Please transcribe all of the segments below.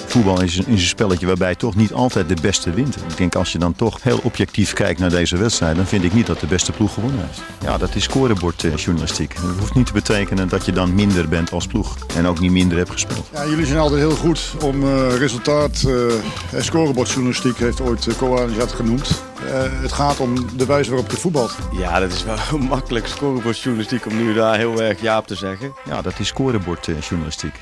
Voetbal is een spelletje waarbij toch niet altijd de beste wint. Ik denk als je dan toch heel objectief kijkt naar deze wedstrijd, dan vind ik niet dat de beste ploeg gewonnen heeft. Ja, dat is scorebordjournalistiek. Dat hoeft niet te betekenen dat je dan minder bent als ploeg en ook niet minder hebt gespeeld. Ja, jullie zijn altijd heel goed om resultaat. Scorebordjournalistiek heeft ooit Koan dat genoemd. Het gaat om de wijze waarop je voetbalt. Ja, dat is wel makkelijk scorebordjournalistiek om nu daar heel erg ja op te zeggen. Ja, dat is scorebordjournalistiek.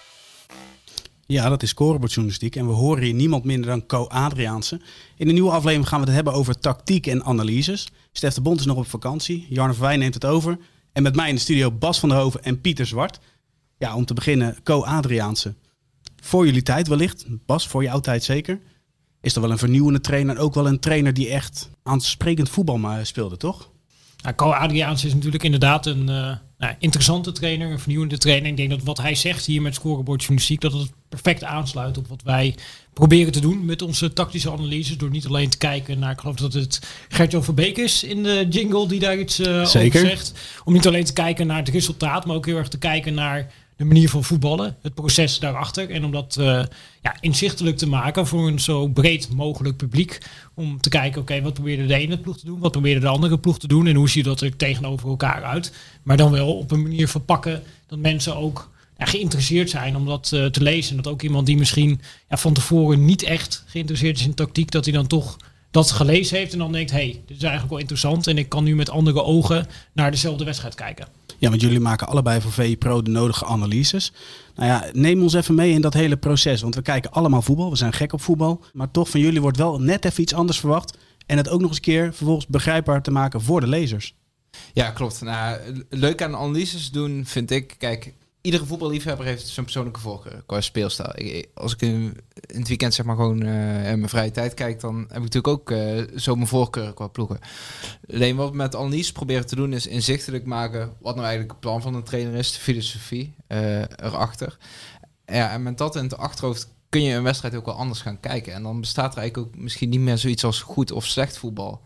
Ja, dat is scorebordjournalistiek en we horen hier niemand minder dan Co Adriaanse. In de nieuwe aflevering gaan we het hebben over tactiek en analyses. Stef de Bond is nog op vakantie, Jarno Verwij neemt het over. En met mij in de studio Bas van der Hoven en Pieter Zwart. Ja, om te beginnen Co Adriaanse. Voor jullie tijd wellicht, Bas, voor jouw tijd zeker. Is er wel een vernieuwende trainer en ook wel een trainer die echt aansprekend voetbal speelde, toch? Nou, Co Adriaanse is natuurlijk inderdaad een interessante trainer, een vernieuwende trainer. Ik denk dat wat hij zegt hier met scorebordjournalistiek, dat het perfect aansluit op wat wij proberen te doen met onze tactische analyses. Door niet alleen te kijken naar, ik geloof dat het Gert-Jan Verbeek is in de jingle die daar iets over zegt. Om niet alleen te kijken naar het resultaat, maar ook heel erg te kijken naar de manier van voetballen, het proces daarachter. En om dat inzichtelijk te maken voor een zo breed mogelijk publiek. Om te kijken, oké, wat probeerde de ene ploeg te doen? Wat probeerde de andere ploeg te doen? En hoe ziet dat er tegenover elkaar uit? Maar dan wel op een manier verpakken dat mensen ook geïnteresseerd zijn om dat te lezen. En dat ook iemand die misschien van tevoren niet echt geïnteresseerd is in tactiek, dat hij dan toch dat gelezen heeft en dan denkt, hey, dit is eigenlijk wel interessant en ik kan nu met andere ogen naar dezelfde wedstrijd kijken. Ja, want jullie maken allebei voor VI Pro de nodige analyses. Nou ja, neem ons even mee in dat hele proces. Want we kijken allemaal voetbal, we zijn gek op voetbal. Maar toch van jullie wordt wel net even iets anders verwacht. En het ook nog eens een keer vervolgens begrijpbaar te maken voor de lezers. Ja, klopt. Nou, leuk aan analyses doen vind ik, kijk, iedere voetballiefhebber heeft zijn persoonlijke voorkeur qua speelstijl. Als ik in het weekend zeg maar gewoon in mijn vrije tijd kijk, dan heb ik natuurlijk ook zo mijn voorkeur qua ploegen. Alleen wat we met analyse proberen te doen is inzichtelijk maken wat nou eigenlijk het plan van een trainer is, de filosofie erachter. Ja, en met dat in het achterhoofd kun je een wedstrijd ook wel anders gaan kijken. En dan bestaat er eigenlijk ook misschien niet meer zoiets als goed of slecht voetbal.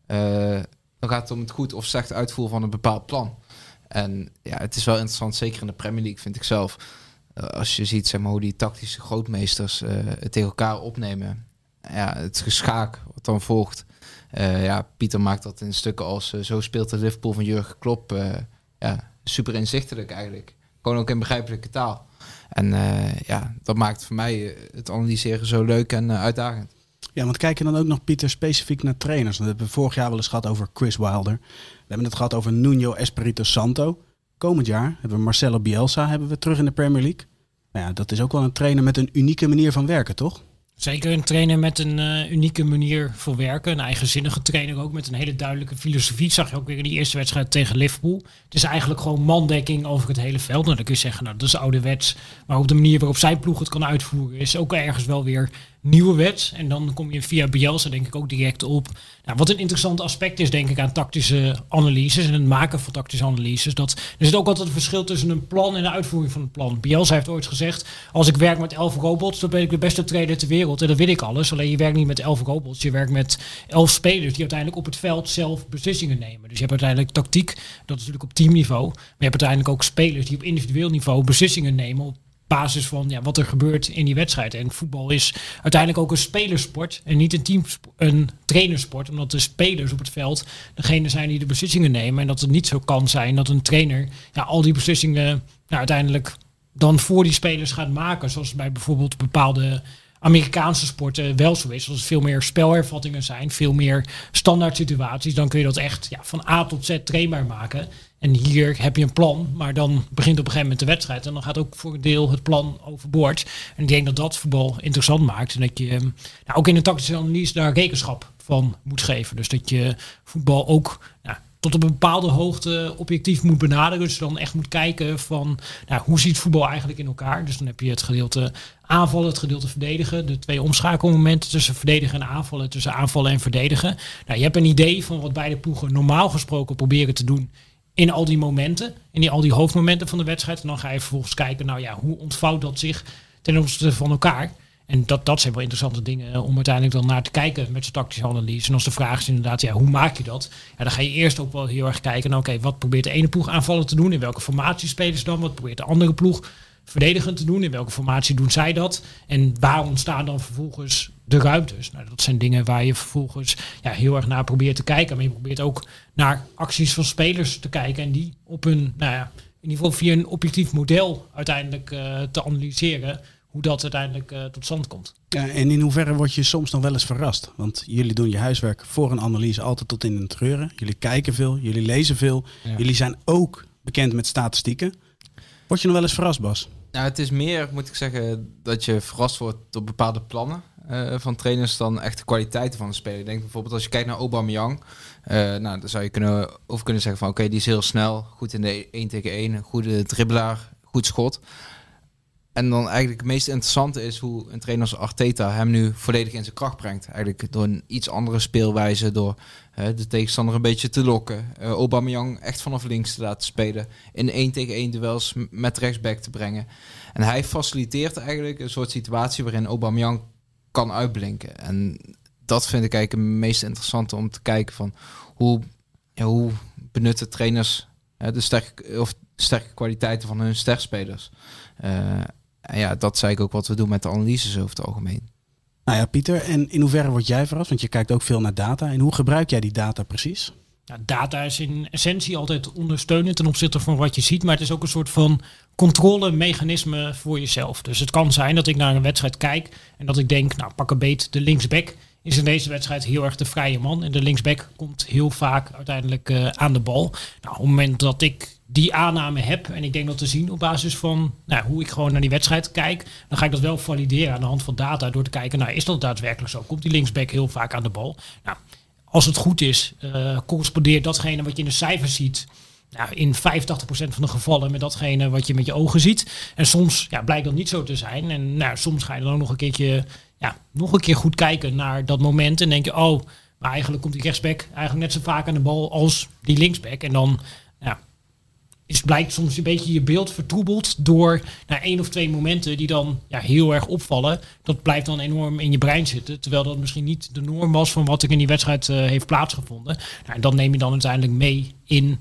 Dan gaat het om het goed of slecht uitvoeren van een bepaald plan. En ja, het is wel interessant, zeker in de Premier League vind ik zelf. Als je ziet zeg maar, hoe die tactische grootmeesters het tegen elkaar opnemen. Ja, het geschaak wat dan volgt. Pieter maakt dat in stukken als zo speelt de Liverpool van Jurgen Klopp. Super inzichtelijk eigenlijk. Gewoon ook in begrijpelijke taal. En dat maakt voor mij het analyseren zo leuk en uitdagend. Ja, want kijk je dan ook nog, Pieter, specifiek naar trainers. Dat hebben we vorig jaar wel eens gehad over Chris Wilder. We hebben het gehad over Nuno Espirito Santo. Komend jaar hebben we Marcelo Bielsa terug in de Premier League. Nou ja, dat is ook wel een trainer met een unieke manier van werken, toch? Zeker een trainer met een unieke manier van werken. Een eigenzinnige trainer ook met een hele duidelijke filosofie. Dat zag je ook weer in die eerste wedstrijd tegen Liverpool. Het is eigenlijk gewoon mandekking over het hele veld. Nou, dan kun je zeggen, dat is ouderwets. Maar op de manier waarop zijn ploeg het kan uitvoeren is ook ergens wel weer nieuwerwets. En dan kom je via Bielsa denk ik ook direct op. Nou, wat een interessant aspect is denk ik aan tactische analyses en het maken van tactische analyses. Dat er zit ook altijd een verschil tussen een plan en de uitvoering van het plan. Bielsa heeft ooit gezegd, als ik werk met 11 robots, dan ben ik de beste trainer ter wereld. En dat weet ik alles. Alleen je werkt niet met 11 robots. Je werkt met 11 spelers die uiteindelijk op het veld zelf beslissingen nemen. Dus je hebt uiteindelijk tactiek, dat is natuurlijk op teamniveau. Maar je hebt uiteindelijk ook spelers die op individueel niveau beslissingen nemen op basis van wat er gebeurt in die wedstrijd. En voetbal is uiteindelijk ook een spelersport en niet een trainersport, omdat de spelers op het veld degene zijn die de beslissingen nemen en dat het niet zo kan zijn dat een trainer al die beslissingen uiteindelijk dan voor die spelers gaat maken, zoals bij bijvoorbeeld bepaalde Amerikaanse sporten wel zo is. Als er veel meer spelhervattingen zijn, veel meer standaard situaties, dan kun je dat echt van A tot Z trainbaar maken. En hier heb je een plan, maar dan begint op een gegeven moment de wedstrijd. En dan gaat ook voor een deel het plan overboord. En ik denk dat dat voetbal interessant maakt. En dat je ook in de tactische analyse daar rekenschap van moet geven. Dus dat je voetbal ook tot op een bepaalde hoogte objectief moet benaderen. Dus dan echt moet kijken van hoe ziet voetbal eigenlijk in elkaar. Dus dan heb je het gedeelte aanvallen, het gedeelte verdedigen. De 2 omschakelmomenten tussen verdedigen en aanvallen. Tussen aanvallen en verdedigen. Je hebt een idee van wat beide ploegen normaal gesproken proberen te doen in al die momenten. In al die hoofdmomenten van de wedstrijd. En dan ga je vervolgens kijken, hoe ontvouwt dat zich ten opzichte van elkaar. En dat zijn wel interessante dingen om uiteindelijk dan naar te kijken met zo'n tactische analyse. En als de vraag is inderdaad, hoe maak je dat? Dan ga je eerst ook wel heel erg kijken naar, wat probeert de ene ploeg aanvallen te doen? In welke formatie spelen ze dan? Wat probeert de andere ploeg verdedigend te doen? In welke formatie doen zij dat? En waar ontstaan dan vervolgens de ruimtes? Nou, dat zijn dingen waar je vervolgens heel erg naar probeert te kijken. Maar je probeert ook naar acties van spelers te kijken en die op een, in ieder geval via een objectief model uiteindelijk te analyseren. Hoe dat uiteindelijk tot stand komt. Ja, en in hoeverre word je soms nog wel eens verrast? Want jullie doen je huiswerk voor een analyse altijd tot in het treuren. Jullie kijken veel, jullie lezen veel. Ja. Jullie zijn ook bekend met statistieken. Word je nog wel eens verrast, Bas? Nou, het is meer, moet ik zeggen, dat je verrast wordt door bepaalde plannen van trainers dan echt de kwaliteiten van de speler. Ik denk bijvoorbeeld als je kijkt naar Aubameyang, dan zou je kunnen zeggen van oké, die is heel snel, goed in de 1 tegen 1, een goede dribbelaar, goed schot. En dan eigenlijk het meest interessante is hoe een trainer als Arteta hem nu volledig in zijn kracht brengt. Eigenlijk door een iets andere speelwijze, door de tegenstander een beetje te lokken. Aubameyang echt vanaf links te laten spelen. In 1 tegen 1 duels met rechtsback te brengen. En hij faciliteert eigenlijk een soort situatie waarin Aubameyang kan uitblinken. En dat vind ik eigenlijk het meest interessante om te kijken van hoe benutten trainers de sterke kwaliteiten van hun sterspelers. En dat is eigenlijk ook wat we doen met de analyses over het algemeen. Nou ja, Pieter, en in hoeverre word jij verrast? Want je kijkt ook veel naar data. En hoe gebruik jij die data precies? Ja, data is in essentie altijd ondersteunend ten opzichte van wat je ziet. Maar het is ook een soort van controlemechanisme voor jezelf. Dus het kan zijn dat ik naar een wedstrijd kijk en dat ik denk, pak een beet, de linksback is in deze wedstrijd heel erg de vrije man. En de linksback komt heel vaak uiteindelijk aan de bal. Nou, op het moment dat ik die aanname heb en ik denk dat te zien op basis van hoe ik gewoon naar die wedstrijd kijk, dan ga ik dat wel valideren aan de hand van data door te kijken, is dat daadwerkelijk zo? Komt die linksback heel vaak aan de bal? Nou, als het goed is, correspondeert datgene wat je in de cijfers ziet in 85% van de gevallen met datgene wat je met je ogen ziet. En soms blijkt dat niet zo te zijn. En soms ga je dan nog een keer goed kijken naar dat moment en denk je, maar eigenlijk komt die rechtsback eigenlijk net zo vaak aan de bal als die linksback. En dan blijkt soms een beetje je beeld vertroebeld door 1 of 2 momenten die dan heel erg opvallen. Dat blijft dan enorm in je brein zitten. Terwijl dat misschien niet de norm was van wat er in die wedstrijd heeft plaatsgevonden. En dat neem je dan uiteindelijk mee in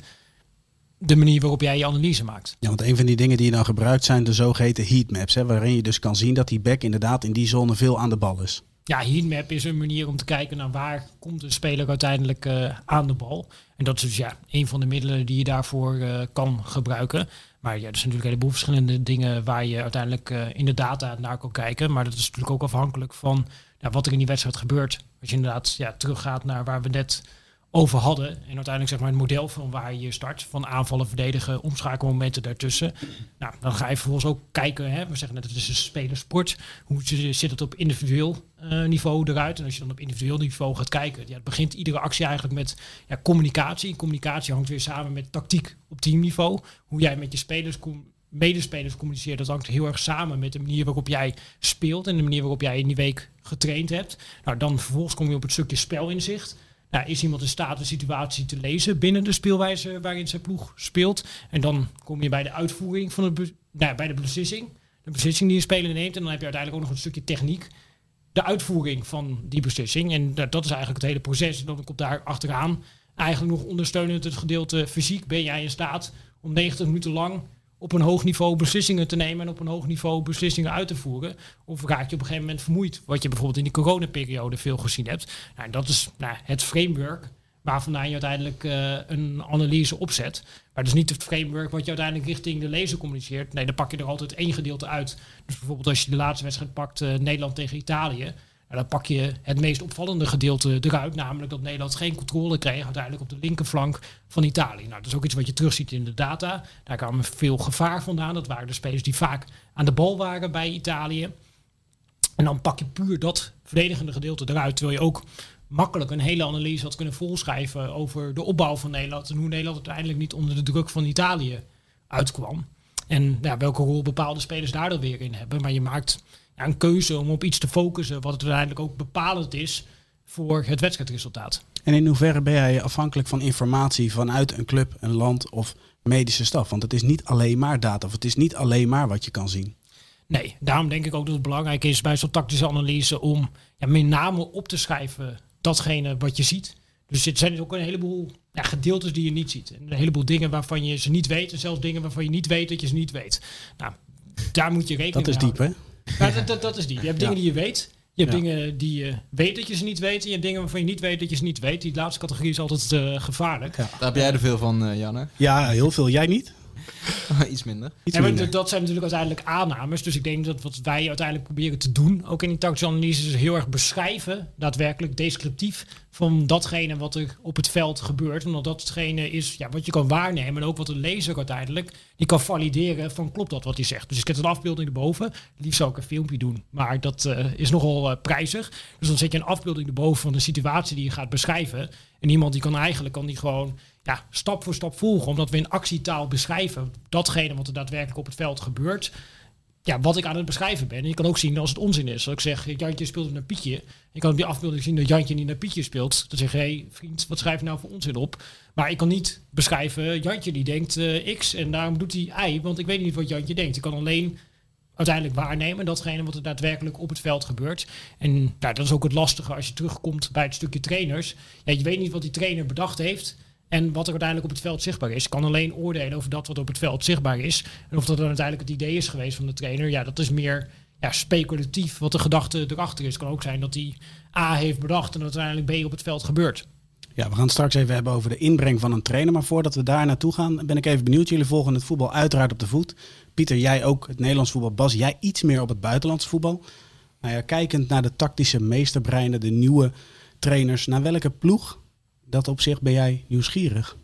de manier waarop jij je analyse maakt. Ja, want een van die dingen die je dan gebruikt zijn de zogeheten heatmaps. Waarin je dus kan zien dat die back inderdaad in die zone veel aan de bal is. Ja, heatmap is een manier om te kijken naar waar komt een speler uiteindelijk aan de bal. En dat is dus een van de middelen die je daarvoor kan gebruiken. Maar er zijn natuurlijk een heleboel verschillende dingen waar je uiteindelijk in de data naar kan kijken. Maar dat is natuurlijk ook afhankelijk van wat er in die wedstrijd gebeurt. Als je inderdaad teruggaat naar waar we net over hadden. En uiteindelijk het model van waar je start. Van aanvallen, verdedigen, omschakelmomenten daartussen. Nou, dan ga je vervolgens ook kijken. We zeggen net, het is een spelersport. Hoe zit het op individueel niveau eruit? En als je dan op individueel niveau gaat kijken. Het begint iedere actie eigenlijk met communicatie. Communicatie hangt weer samen met tactiek op teamniveau. Hoe jij met je spelers medespelers communiceren, dat hangt heel erg samen met de manier waarop jij speelt. En de manier waarop jij in die week getraind hebt. Nou, dan vervolgens kom je op het stukje spelinzicht. Is iemand in staat de situatie te lezen binnen de speelwijze waarin zijn ploeg speelt? En dan kom je bij de uitvoering van bij de beslissing. De beslissing die een speler neemt. En dan heb je uiteindelijk ook nog een stukje techniek. De uitvoering van die beslissing. En dat is eigenlijk het hele proces. En dan komt daar achteraan eigenlijk nog ondersteunend het gedeelte fysiek. Ben jij in staat om 90 minuten lang op een hoog niveau beslissingen te nemen en op een hoog niveau beslissingen uit te voeren? Of raak je op een gegeven moment vermoeid? Wat je bijvoorbeeld in die coronaperiode veel gezien hebt. Nou, dat is het framework waarvandaan je uiteindelijk een analyse opzet. Maar dat is niet het framework wat je uiteindelijk richting de lezer communiceert. Nee, dan pak je er altijd 1 gedeelte uit. Dus bijvoorbeeld als je de laatste wedstrijd pakt, Nederland tegen Italië. Dan pak je het meest opvallende gedeelte eruit. Namelijk dat Nederland geen controle kreeg uiteindelijk op de linkerflank van Italië. Nou, dat is ook iets wat je terugziet in de data. Daar kwam veel gevaar vandaan. Dat waren de spelers die vaak aan de bal waren bij Italië. En dan pak je puur dat verdedigende gedeelte eruit. Terwijl je ook makkelijk een hele analyse had kunnen volschrijven over de opbouw van Nederland. En hoe Nederland uiteindelijk niet onder de druk van Italië uitkwam. En welke rol bepaalde spelers daar dan weer in hebben. Maar je maakt een keuze om op iets te focussen wat uiteindelijk ook bepalend is voor het wedstrijdresultaat. En in hoeverre ben jij afhankelijk van informatie vanuit een club, een land of medische staf? Want het is niet alleen maar data of het is niet alleen maar wat je kan zien. Nee, daarom denk ik ook dat het belangrijk is bij zo'n tactische analyse om met name op te schrijven datgene wat je ziet. Dus er zijn ook een heleboel gedeeltes die je niet ziet. En een heleboel dingen waarvan je ze niet weet. En zelfs dingen waarvan je niet weet dat je ze niet weet. Nou, daar moet je rekening mee Dat is diep, hè? Ja, dat is diep. Je hebt dingen die je weet. Je hebt dingen die je weet dat je ze niet weet. En je hebt dingen waarvan je niet weet dat je ze niet weet. Die laatste categorie is altijd gevaarlijk. Daar heb jij er veel van, Janne. Ja, heel veel. Jij niet? Iets minder. Maar dat zijn natuurlijk uiteindelijk aannames. Dus ik denk dat wat wij uiteindelijk proberen te doen, ook in die tactische analyse, is heel erg beschrijven, daadwerkelijk descriptief, van datgene wat er op het veld gebeurt. Omdat dat hetgene is wat je kan waarnemen. En ook wat de lezer uiteindelijk die kan valideren van klopt dat wat hij zegt. Dus ik heb een afbeelding erboven. Liefst zou ik een filmpje doen. Maar dat is nogal prijzig. Dus dan zet je een afbeelding erboven van de situatie die je gaat beschrijven. En iemand die kan die gewoon stap voor stap volgen. Omdat we in actietaal beschrijven datgene wat er daadwerkelijk op het veld gebeurt. Ja, wat ik aan het beschrijven ben. En je kan ook zien als het onzin is. Als ik zeg, Jantje speelt naar Pietje. Je kan op die afbeelding zien dat Jantje niet naar Pietje speelt. Dan zeg je, hé vriend, wat schrijf je nou voor onzin op? Maar ik kan niet beschrijven, Jantje die denkt X en daarom doet hij Y. Want ik weet niet wat Jantje denkt. Ik kan alleen uiteindelijk waarnemen datgene wat er daadwerkelijk op het veld gebeurt. En dat is ook het lastige als je terugkomt bij het stukje trainers. Ja, je weet niet wat die trainer bedacht heeft en wat er uiteindelijk op het veld zichtbaar is. Ik kan alleen oordelen over dat wat op het veld zichtbaar is. En of dat dan uiteindelijk het idee is geweest van de trainer, dat is meer speculatief wat de gedachte erachter is. Het kan ook zijn dat hij A heeft bedacht en dat uiteindelijk B op het veld gebeurt. Ja, we gaan het straks even hebben over de inbreng van een trainer. Maar voordat we daar naartoe gaan, ben ik even benieuwd. Jullie volgen het voetbal uiteraard op de voet. Pieter, jij ook het Nederlands voetbal. Bas, jij iets meer op het buitenlandse voetbal. Nou ja, kijkend naar de tactische meesterbreinen, de nieuwe trainers. Naar welke ploeg, dat op zich, ben jij nieuwsgierig?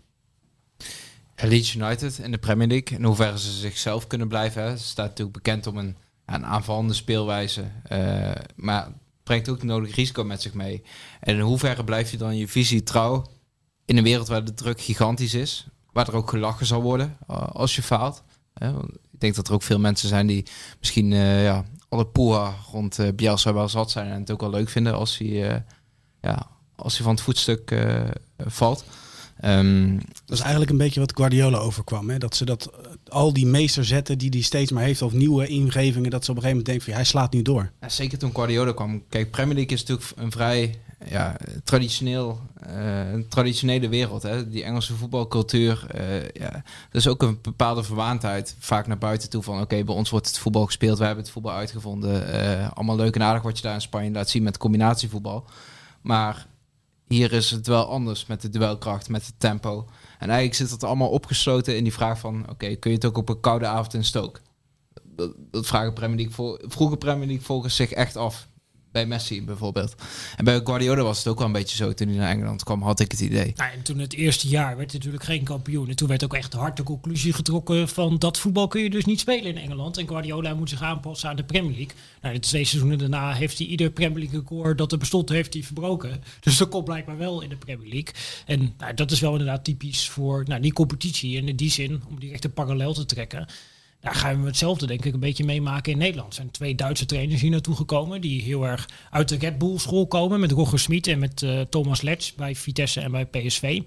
Leeds United in de Premier League. In hoeverre ze zichzelf kunnen blijven. Hè. Ze staat natuurlijk bekend om een aanvallende speelwijze. Maar brengt ook nodig risico met zich mee. En in hoeverre blijf je dan je visie trouw in een wereld waar de druk gigantisch is, waar er ook gelachen zal worden als je faalt. Ik denk dat er ook veel mensen zijn die misschien alle poeha rond Bielsa wel zat zijn en het ook wel leuk vinden als hij van het voetstuk valt. Dat is eigenlijk een beetje wat Guardiola overkwam. Hè? Dat ze al die meesterzetten die hij steeds maar heeft, of nieuwe ingevingen, dat ze op een gegeven moment denken van hij slaat nu door. Ja, zeker toen Guardiola kwam. Kijk, Premier League is natuurlijk een vrij traditionele wereld. Hè? Die Engelse voetbalcultuur. Er is ook een bepaalde verwaandheid vaak naar buiten toe van oké, bij ons wordt het voetbal gespeeld. Wij hebben het voetbal uitgevonden. Allemaal leuk en aardig wat je daar in Spanje laat zien met combinatievoetbal. Maar hier is het wel anders met de duelkracht, met het tempo. En eigenlijk zit het allemaal opgesloten in die vraag van oké, kun je het ook op een koude avond in Stoke? Dat vragen vroege Premier League volgers zich echt af. Bij Messi bijvoorbeeld. En bij Guardiola was het ook wel een beetje zo. Toen hij naar Engeland kwam, had ik het idee. Nou, en toen het eerste jaar werd hij natuurlijk geen kampioen. En toen werd ook echt hard de conclusie getrokken van dat voetbal kun je dus niet spelen in Engeland. En Guardiola moet zich aanpassen aan de Premier League. Nou, de 2 seizoenen daarna heeft hij ieder Premier League record dat er bestond, heeft hij verbroken. Dus dat komt blijkbaar wel in de Premier League. En dat is wel inderdaad typisch voor die competitie. En in die zin, om die echt een parallel te trekken, daar gaan we hetzelfde denk ik een beetje meemaken in Nederland. Er zijn 2 Duitse trainers hier naartoe gekomen die heel erg uit de Red Bull school komen. Met Roger Smit en met Thomas Letch bij Vitesse en bij PSV.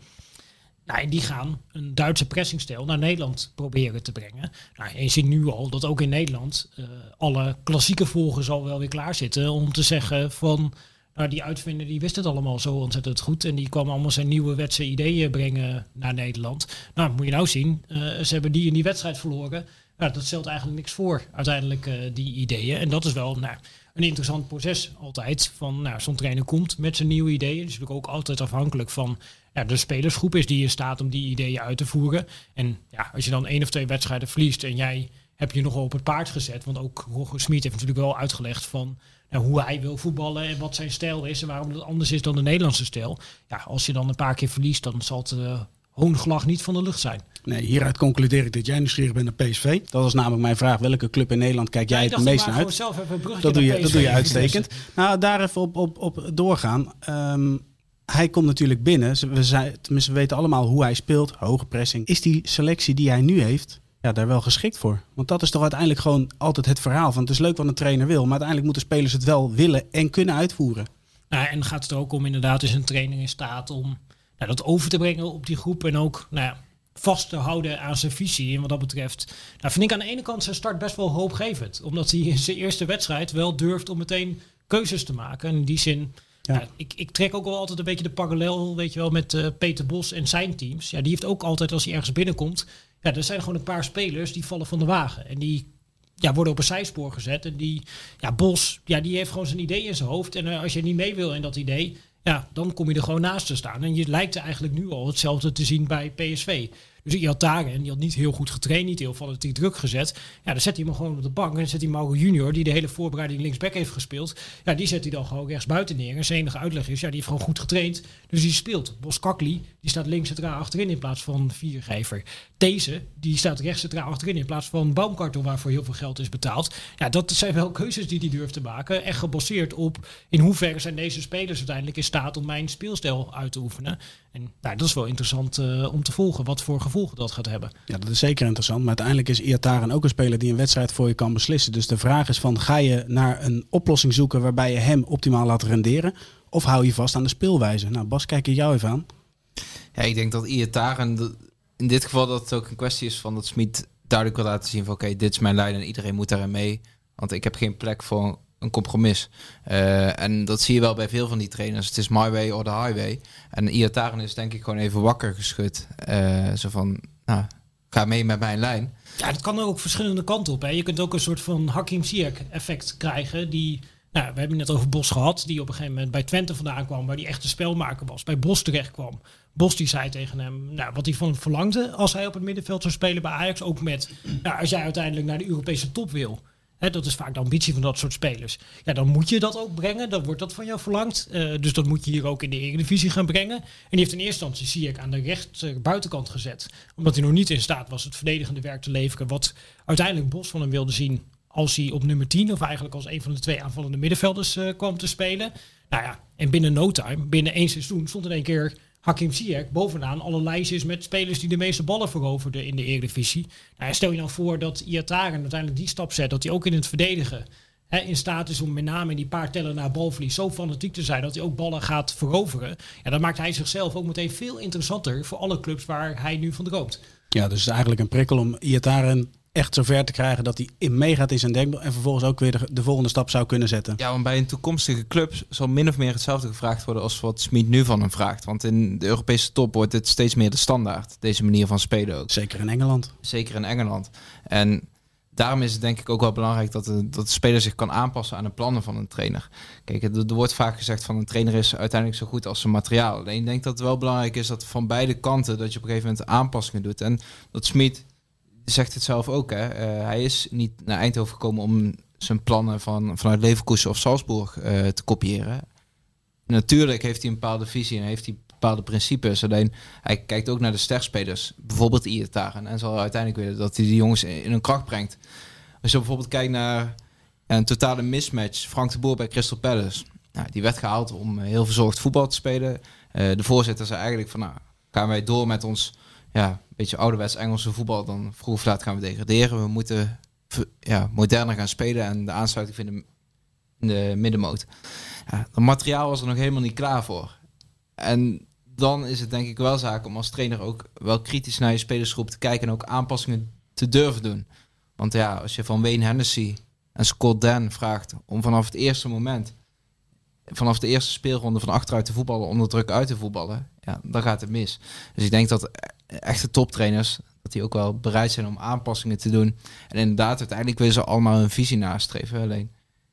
En die gaan een Duitse pressingstijl naar Nederland proberen te brengen. En je ziet nu al dat ook in Nederland alle klassieke volgers al wel weer klaar zitten om te zeggen van die uitvinder die wist het allemaal zo ontzettend goed. En die kwam allemaal zijn nieuwe wetse ideeën brengen naar Nederland. Moet je nou zien, ze hebben die in die wedstrijd verloren. Dat stelt eigenlijk niks voor, uiteindelijk, die ideeën. En dat is wel een interessant proces altijd. Van zo'n trainer komt met zijn nieuwe ideeën. Dat is natuurlijk ook altijd afhankelijk van de spelersgroep is die in staat om die ideeën uit te voeren. En als je dan 1 of 2 wedstrijden verliest en jij hebt je nogal op het paard gezet. Want ook Roger Smit heeft natuurlijk wel uitgelegd van hoe hij wil voetballen en wat zijn stijl is en waarom dat anders is dan de Nederlandse stijl. Als je dan een paar keer verliest, dan zal het hoongelach niet van de lucht zijn. Nee, hieruit concludeer ik dat jij nieuwsgierig bent naar PSV. Dat was namelijk mijn vraag. Welke club in Nederland kijk jij het meest naar uit? Dat doe je uitstekend. Daar even op doorgaan. Hij komt natuurlijk binnen. We weten allemaal hoe hij speelt. Hoge pressing. Is die selectie die hij nu heeft daar wel geschikt voor? Want dat is toch uiteindelijk gewoon altijd het verhaal van het is leuk wat een trainer wil, maar uiteindelijk moeten spelers het wel willen en kunnen uitvoeren. En gaat het er ook om inderdaad is een trainer in staat om dat over te brengen op die groep en ook vast te houden aan zijn visie. En wat dat betreft vind ik aan de ene kant zijn start best wel hoopgevend. Omdat hij in zijn eerste wedstrijd wel durft om meteen keuzes te maken. En in die zin, ik trek ook wel altijd een beetje de parallel, weet je wel, met Peter Bos en zijn teams. Die heeft ook altijd als hij ergens binnenkomt, er zijn gewoon een paar spelers die vallen van de wagen. En die worden op een zijspoor gezet. En Bos, die heeft gewoon zijn idee in zijn hoofd. En als je niet mee wil in dat idee, dan kom je er gewoon naast te staan. En je lijkt er eigenlijk nu al hetzelfde te zien bij PSV. Dus Ihattaren, die had niet heel goed getraind, niet heel fanatiek druk gezet. Dan zet hij hem gewoon op de bank. En dan zet hij Mauro Junior, die de hele voorbereiding linksback heeft gespeeld. Die zet hij dan gewoon rechts buiten neer. En zijn enige uitleg is, die heeft gewoon goed getraind. Dus die speelt. Bos Kakli, die staat links centraal achterin in plaats van Viergever. Deze, die staat rechts centraal achterin in plaats van Baumkartel, waarvoor heel veel geld is betaald. Dat zijn wel keuzes die hij durft te maken. Echt gebaseerd op in hoeverre zijn deze spelers uiteindelijk in staat om mijn speelstijl uit te oefenen. En dat is wel interessant om te volgen, wat voor gevolgen dat gaat hebben. Ja, dat is zeker interessant. Maar uiteindelijk is Ihattaren ook een speler die een wedstrijd voor je kan beslissen. Dus de vraag is van, ga je naar een oplossing zoeken waarbij je hem optimaal laat renderen? Of hou je vast aan de speelwijze? Nou, Bas, kijk ik jou even aan. Ja, ik denk dat Ihattaren in dit geval dat het ook een kwestie is van dat Smit duidelijk wil laten zien van oké, dit is mijn lijn en iedereen moet daarin mee. Want ik heb geen plek voor een compromis. En dat zie je wel bij veel van die trainers. Het is my way or the highway. En Ihattaren is denk ik gewoon even wakker geschud. Zo van, ga mee met mijn lijn. Ja, dat kan ook verschillende kanten op. Hè. Je kunt ook een soort van Hakim Ziyech effect krijgen. Die, we hebben het net over Bos gehad. Die op een gegeven moment bij Twente vandaan kwam. Waar die echt een spelmaker was. Bij Bos terecht kwam. Bos die zei tegen hem wat hij van hem verlangde als hij op het middenveld zou spelen bij Ajax. Ook met, als jij uiteindelijk naar de Europese top wil. Dat is vaak de ambitie van dat soort spelers. Dan moet je dat ook brengen. Dan wordt dat van jou verlangd. Dus dat moet je hier ook in de Eredivisie gaan brengen. En die heeft in eerste instantie Ziyech aan de buitenkant gezet. Omdat hij nog niet in staat was het verdedigende werk te leveren. Wat uiteindelijk Bos van hem wilde zien als hij op nummer 10... of eigenlijk als een van de 2 aanvallende middenvelders kwam te spelen. En binnen no time, binnen 1 seizoen, stond in één keer Hakim Ziyech bovenaan alle lijstjes met spelers die de meeste ballen veroverden in de Eredivisie. Stel je nou voor dat Ihattaren uiteindelijk die stap zet, dat hij ook in het verdedigen in staat is om met name in die paar tellen naar balverlies zo fanatiek te zijn dat hij ook ballen gaat veroveren. Dan maakt hij zichzelf ook meteen veel interessanter voor alle clubs waar hij nu van droomt. Ja, dus het is eigenlijk een prikkel om Ihattaren echt zover te krijgen dat hij meegaat in zijn denkbeeld en vervolgens ook weer de volgende stap zou kunnen zetten. Ja, want bij een toekomstige club zal min of meer hetzelfde gevraagd worden als wat Smit nu van hem vraagt. Want in de Europese top wordt dit steeds meer de standaard, deze manier van spelen ook. Zeker in Engeland. Zeker in Engeland. En daarom is het denk ik ook wel belangrijk dat de speler zich kan aanpassen aan de plannen van een trainer. Kijk, er wordt vaak gezegd van een trainer is uiteindelijk zo goed als zijn materiaal. Alleen ik denk dat het wel belangrijk is dat van beide kanten dat je op een gegeven moment aanpassingen doet. En dat Smit zegt het zelf ook. Hij is niet naar Eindhoven gekomen om zijn plannen vanuit Leverkusen of Salzburg te kopiëren. Natuurlijk heeft hij een bepaalde visie en heeft hij bepaalde principes. Alleen hij kijkt ook naar de sterspelers. Bijvoorbeeld Ihattaren. En zal uiteindelijk willen dat hij die jongens in hun kracht brengt. Als je bijvoorbeeld kijkt naar een totale mismatch. Frank de Boer bij Crystal Palace. Die werd gehaald om heel verzorgd voetbal te spelen. De voorzitter zei eigenlijk van gaan wij door met ons een beetje ouderwets Engelse voetbal, dan vroeg of laat gaan we degraderen. We moeten moderner gaan spelen en de aansluiting vinden in de middenmoot. Het materiaal was er nog helemaal niet klaar voor. En dan is het denk ik wel zaak om als trainer ook wel kritisch naar je spelersgroep te kijken en ook aanpassingen te durven doen. Want als je van Wayne Hennessy en Scott Dan vraagt om vanaf het eerste moment, vanaf de eerste speelronde van achteruit te voetballen, onder druk uit te voetballen, dan gaat het mis. Dus ik denk dat echte toptrainers, dat die ook wel bereid zijn om aanpassingen te doen. En inderdaad, uiteindelijk willen ze allemaal hun visie nastreven. Alleen,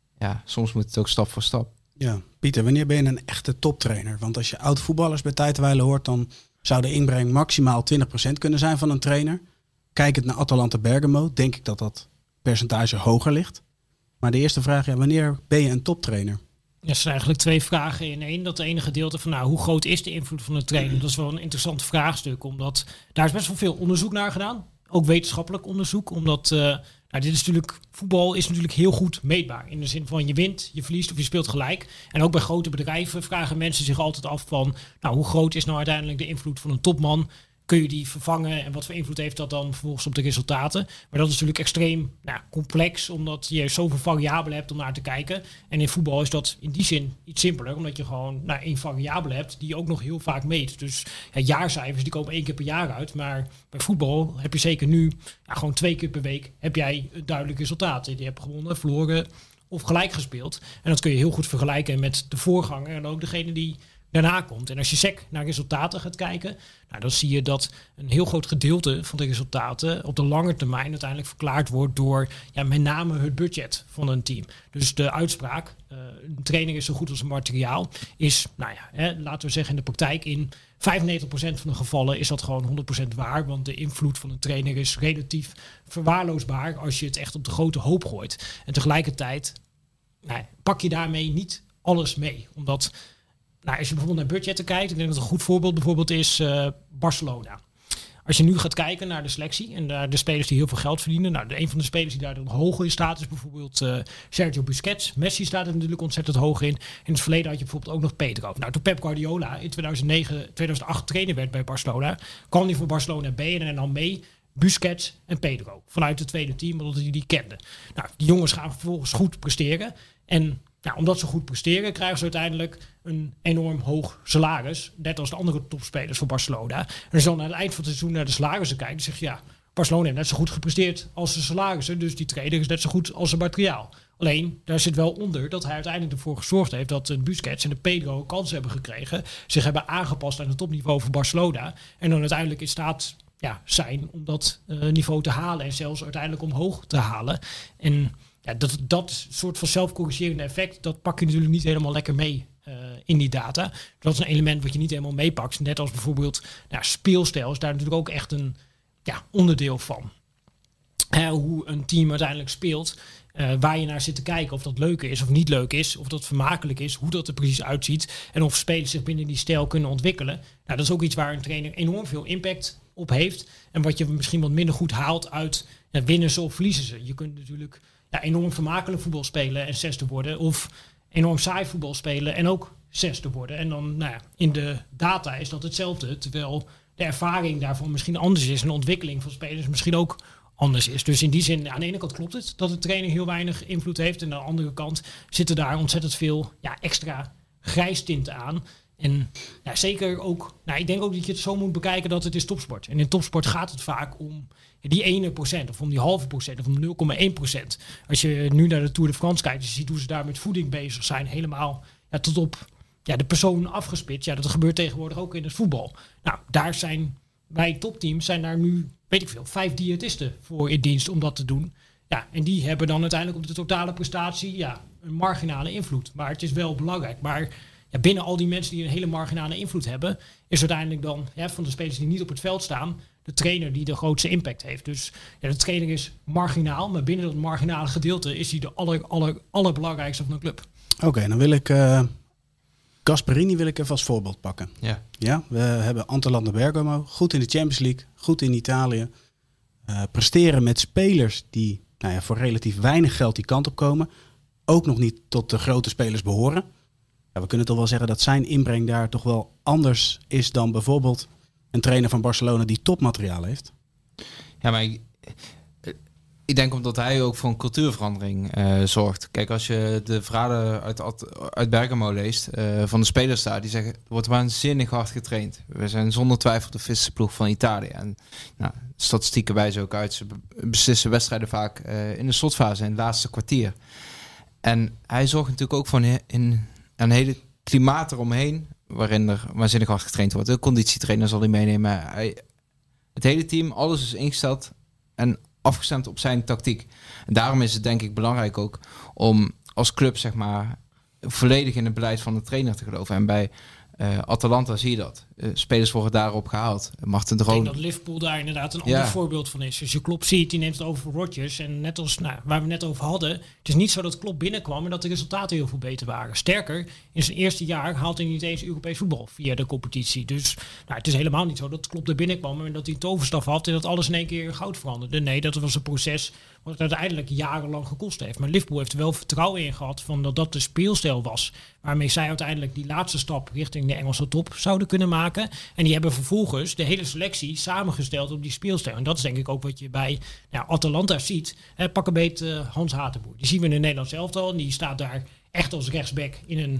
soms moet het ook stap voor stap. Ja, Pieter, wanneer ben je een echte toptrainer? Want als je oud-voetballers bij tijdwijlen hoort, dan zou de inbreng maximaal 20% kunnen zijn van een trainer. Kijkend naar Atalanta Bergamo, denk ik dat percentage hoger ligt. Maar de eerste vraag, wanneer ben je een toptrainer? Ja, er zijn eigenlijk 2 vragen in één. Dat ene gedeelte van hoe groot is de invloed van de trainer? Dat is wel een interessant vraagstuk, omdat daar is best wel veel onderzoek naar gedaan. Ook wetenschappelijk onderzoek, omdat dit is natuurlijk, voetbal is natuurlijk heel goed meetbaar. In de zin van je wint, je verliest of je speelt gelijk. En ook bij grote bedrijven vragen mensen zich altijd af van, hoe groot is nou uiteindelijk de invloed van een topman? Kun je die vervangen en wat voor invloed heeft dat dan vervolgens op de resultaten? Maar dat is natuurlijk extreem complex, omdat je zoveel variabelen hebt om naar te kijken. En in voetbal is dat in die zin iets simpeler, omdat je gewoon 1 variabele hebt die je ook nog heel vaak meet. Dus jaarcijfers die komen 1 keer per jaar uit, maar bij voetbal heb je zeker nu gewoon 2 keer per week heb jij een duidelijk resultaat. Je hebt gewonnen, verloren of gelijk gespeeld. En dat kun je heel goed vergelijken met de voorganger en ook degene die daarna komt. En als je sec naar resultaten gaat kijken, nou, dan zie je dat een heel groot gedeelte van de resultaten op de lange termijn uiteindelijk verklaard wordt door met name het budget van een team. Dus de uitspraak, een training is zo goed als een materiaal, is, laten we zeggen in de praktijk in 95% van de gevallen is dat gewoon 100% waar. Want de invloed van een trainer is relatief verwaarloosbaar als je het echt op de grote hoop gooit. En tegelijkertijd pak je daarmee niet alles mee. Omdat, als je bijvoorbeeld naar budgetten kijkt, ik denk dat een goed voorbeeld bijvoorbeeld is Barcelona. Als je nu gaat kijken naar de selectie en naar de spelers die heel veel geld verdienen. Nou, een van de spelers die daar dan hoog in staat is bijvoorbeeld Sergio Busquets. Messi staat er natuurlijk ontzettend hoog in. In het verleden had je bijvoorbeeld ook nog Pedro. Nou, toen Pep Guardiola in 2008 trainer werd bij Barcelona, kwam hij voor Barcelona B en dan mee Busquets en Pedro. Vanuit het tweede team, omdat hij die kende. Nou, die jongens gaan vervolgens goed presteren. En omdat ze goed presteren, krijgen ze uiteindelijk een enorm hoog salaris. Net als de andere topspelers van Barcelona. En als je dan aan het eind van het seizoen naar de salarissen kijkt, dan zeg je Barcelona heeft net zo goed gepresteerd als de salarissen. Dus die trainer is net zo goed als zijn materiaal. Alleen, daar zit wel onder dat hij uiteindelijk ervoor gezorgd heeft dat de Busquets en de Pedro kansen hebben gekregen. Zich hebben aangepast aan het topniveau van Barcelona. En dan uiteindelijk in staat zijn om dat niveau te halen. En zelfs uiteindelijk omhoog te halen. En dat soort van zelfcorrigerende effect, dat pak je natuurlijk niet helemaal lekker mee in die data. Dat is een element wat je niet helemaal meepakt. Net als bijvoorbeeld speelstijl is daar natuurlijk ook echt een onderdeel van. Hoe een team uiteindelijk speelt, waar je naar zit te kijken, of dat leuk is of niet leuk is, of dat vermakelijk is, hoe dat er precies uitziet en of spelers zich binnen die stijl kunnen ontwikkelen. Nou, dat is ook iets waar een trainer enorm veel impact op heeft en wat je misschien wat minder goed haalt uit winnen ze of verliezen ze. Je kunt natuurlijk enorm vermakelijk voetbal spelen en zesde worden, of enorm saai voetbal spelen en ook zesde worden. En dan in de data is dat hetzelfde, terwijl de ervaring daarvan misschien anders is en de ontwikkeling van spelers misschien ook anders is. Dus in die zin, aan de ene kant klopt het dat de trainer heel weinig invloed heeft. En aan de andere kant zitten daar ontzettend veel extra grijstinten aan. En zeker ook, ik denk ook dat je het zo moet bekijken dat het is topsport. En in topsport gaat het vaak om die 1% of om die 0,5% of om 0,1%. Als je nu naar de Tour de France kijkt, je ziet hoe ze daar met voeding bezig zijn. Helemaal tot op de persoon afgespitst. Dat gebeurt tegenwoordig ook in het voetbal. Nou, daar zijn bij topteams zijn daar nu, 5 diëtisten voor in dienst om dat te doen. Ja, en die hebben dan uiteindelijk op de totale prestatie een marginale invloed. Maar het is wel belangrijk. Maar binnen al die mensen die een hele marginale invloed hebben, is uiteindelijk dan van de spelers die niet op het veld staan, de trainer die de grootste impact heeft. Dus de trainer is marginaal, maar binnen dat marginale gedeelte is hij de allerbelangrijkste van een club. Oké, dan wil ik Gasperini even als voorbeeld pakken. Ja, we hebben Atalanta Bergamo, goed in de Champions League, goed in Italië. Presteren met spelers die voor relatief weinig geld die kant op komen. Ook nog niet tot de grote spelers behoren. We kunnen toch wel zeggen dat zijn inbreng daar toch wel anders is dan bijvoorbeeld een trainer van Barcelona die topmateriaal heeft. Ja, maar ik denk omdat hij ook voor een cultuurverandering zorgt. Kijk, als je de verhalen uit Bergamo leest, van de spelers daar, die zeggen, er wordt waanzinnig hard getraind. We zijn zonder twijfel de fitste ploeg van Italië. En statistieken wijzen ook uit, ze beslissen wedstrijden vaak in de slotfase, in het laatste kwartier. En hij zorgt natuurlijk ook voor een hele klimaat eromheen, waarin er waanzinnig hard getraind wordt. De conditietrainer zal hij meenemen. Het hele team, alles is ingesteld en afgestemd op zijn tactiek. En daarom is het denk ik belangrijk ook om als club volledig in het beleid van de trainer te geloven. En bij Atalanta zie je dat. Spelers worden daarop gehaald. Martin de Roon. Ik denk dat Liverpool daar inderdaad een ander voorbeeld van is. Als je Klopp ziet, die neemt het over Rodgers. En net als waar we net over hadden, het is niet zo dat Klopp binnenkwam en dat de resultaten heel veel beter waren. Sterker, in zijn eerste jaar haalt hij niet eens Europees voetbal via de competitie. Dus het is helemaal niet zo dat Klopp er binnenkwam en dat hij een toverstaf had en dat alles in één keer goud veranderde. Nee, dat was een proces wat uiteindelijk jarenlang gekost heeft. Maar Liverpool heeft er wel vertrouwen in gehad van dat de speelstijl was waarmee zij uiteindelijk die laatste stap richting de Engelse top zouden kunnen maken. En die hebben vervolgens de hele selectie samengesteld op die speelstijl. En dat is denk ik ook wat je bij Atalanta ziet. Pak een beet Hans Hatenboer. Die zien we in het Nederlands elftal. En die staat daar echt als rechtsback in een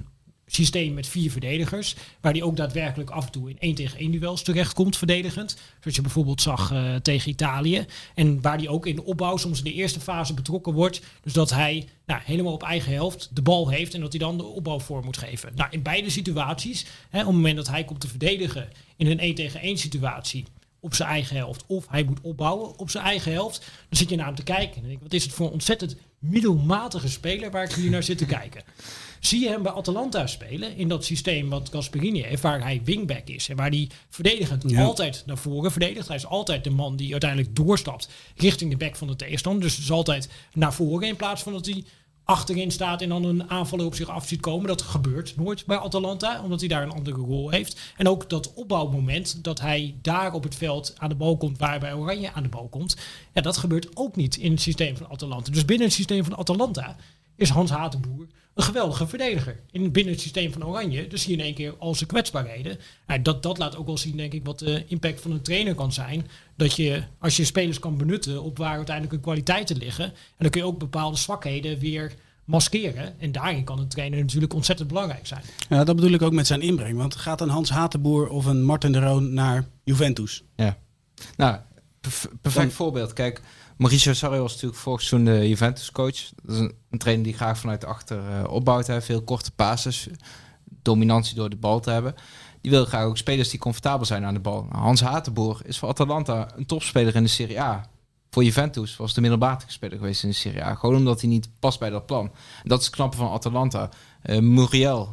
systeem met 4 verdedigers, waar hij ook daadwerkelijk af en toe in 1-tegen-1 duels terechtkomt verdedigend. Zoals je bijvoorbeeld zag tegen Italië. En waar hij ook in de opbouw soms in de eerste fase betrokken wordt. Dus dat hij helemaal op eigen helft de bal heeft en dat hij dan de opbouw voor moet geven. Nou, in beide situaties, op het moment dat hij komt te verdedigen in een 1-tegen-1 situatie op zijn eigen helft, of hij moet opbouwen op zijn eigen helft, dan zit je naar hem te kijken en denk ik, wat is het voor een ontzettend middelmatige speler waar ik hier naar zit te kijken. Zie je hem bij Atalanta spelen in dat systeem wat Gasperini heeft, waar hij wingback is en waar hij verdedigend altijd naar voren verdedigt. Hij is altijd de man die uiteindelijk doorstapt richting de back van de tegenstander. Dus het is altijd naar voren in plaats van dat hij achterin staat en dan een aanvaller op zich af ziet komen. Dat gebeurt nooit bij Atalanta, omdat hij daar een andere rol heeft. En ook dat opbouwmoment, dat hij daar op het veld aan de bal komt, waar hij bij Oranje aan de bal komt. Ja, dat gebeurt ook niet in het systeem van Atalanta. Dus binnen het systeem van Atalanta is Hans Hatenboer een geweldige verdediger. Binnen het systeem van Oranje, dus zie je in één keer al zijn kwetsbaarheden. Dat laat ook wel zien, denk ik, wat de impact van een trainer kan zijn. Dat je, als je spelers kan benutten op waar uiteindelijk de kwaliteiten liggen, en dan kun je ook bepaalde zwakheden weer maskeren. En daarin kan een trainer natuurlijk ontzettend belangrijk zijn. Ja, dat bedoel ik ook met zijn inbreng. Want gaat een Hans Hatenboer of een Martin de Roon naar Juventus? Ja, nou, perfect voorbeeld. Kijk, Mauricio Sarri was natuurlijk vorig seizoen de Juventus-coach. Dat is een trainer die graag vanuit achter opbouwt. Heeft veel korte passes, dominantie door de bal te hebben. Die wil graag ook spelers die comfortabel zijn aan de bal. Nou, Hans Hatenboer is voor Atalanta een topspeler in de Serie A. Voor Juventus was de middelmatige speler geweest in de Serie A. Gewoon omdat hij niet past bij dat plan. En dat is het knappe van Atalanta. Muriel,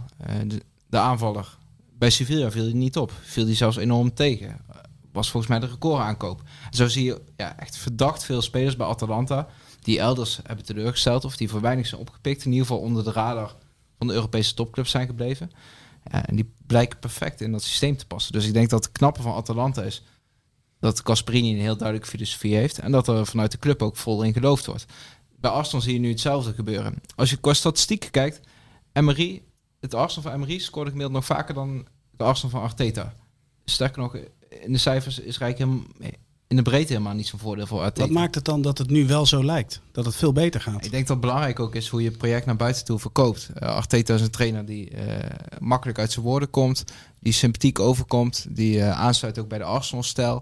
de aanvaller, bij Sevilla viel hij niet op. Viel hij zelfs enorm tegen. Was volgens mij de recordaankoop. En zo zie je echt verdacht veel spelers bij Atalanta die elders hebben teleurgesteld of die voor weinig zijn opgepikt. In ieder geval onder de radar van de Europese topclubs zijn gebleven. Ja, en die blijken perfect in dat systeem te passen. Dus ik denk dat het knappe van Atalanta is dat Gasperini een heel duidelijke filosofie heeft en dat er vanuit de club ook vol in geloofd wordt. Bij Arsenal zie je nu hetzelfde gebeuren. Als je qua statistieken kijkt, Emery, het Arsenal van Emery scoorde gemiddeld nog vaker dan de Arsenal van Arteta. Sterker nog, in de cijfers is Rijk in de breedte helemaal niet zo'n voordeel voor Arteta. Wat maakt het dan dat het nu wel zo lijkt? Dat het veel beter gaat? Ik denk dat het belangrijk ook is hoe je het project naar buiten toe verkoopt. Arteta is een trainer die makkelijk uit zijn woorden komt, die sympathiek overkomt, die aansluit ook bij de Arsenal-stijl.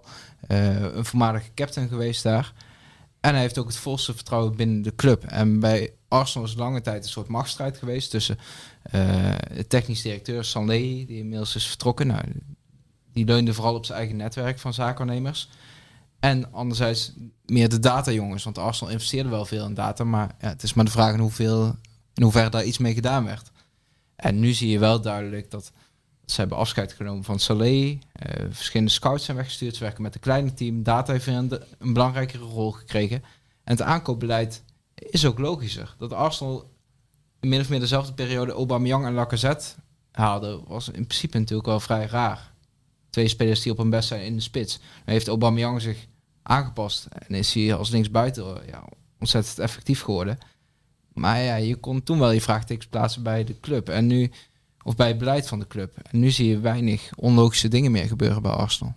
Een voormalige captain geweest daar. En hij heeft ook het volste vertrouwen binnen de club. En bij Arsenal is lange tijd een soort machtsstrijd geweest tussen de technisch directeur Sanley, die inmiddels is vertrokken. Nou, die leunde vooral op zijn eigen netwerk van zaakwaarnemers. En anderzijds meer de datajongens. Want Arsenal investeerde wel veel in data. Maar het is maar de vraag in hoeverre daar iets mee gedaan werd. En nu zie je wel duidelijk dat ze hebben afscheid genomen van Saleh. Verschillende scouts zijn weggestuurd. Ze werken met een kleine team. Data heeft een belangrijkere rol gekregen. En het aankoopbeleid is ook logischer. Dat Arsenal in min of meer dezelfde periode Aubameyang en Lacazette haalde, was in principe natuurlijk wel vrij raar. 2 spelers die op hun best zijn in de spits. Dan heeft Aubameyang zich aangepast en is hij als linksbuiten ontzettend effectief geworden. Maar ja, je kon toen wel je vraagtekens plaatsen bij de club en nu, of bij het beleid van de club. En nu zie je weinig onlogische dingen meer gebeuren bij Arsenal.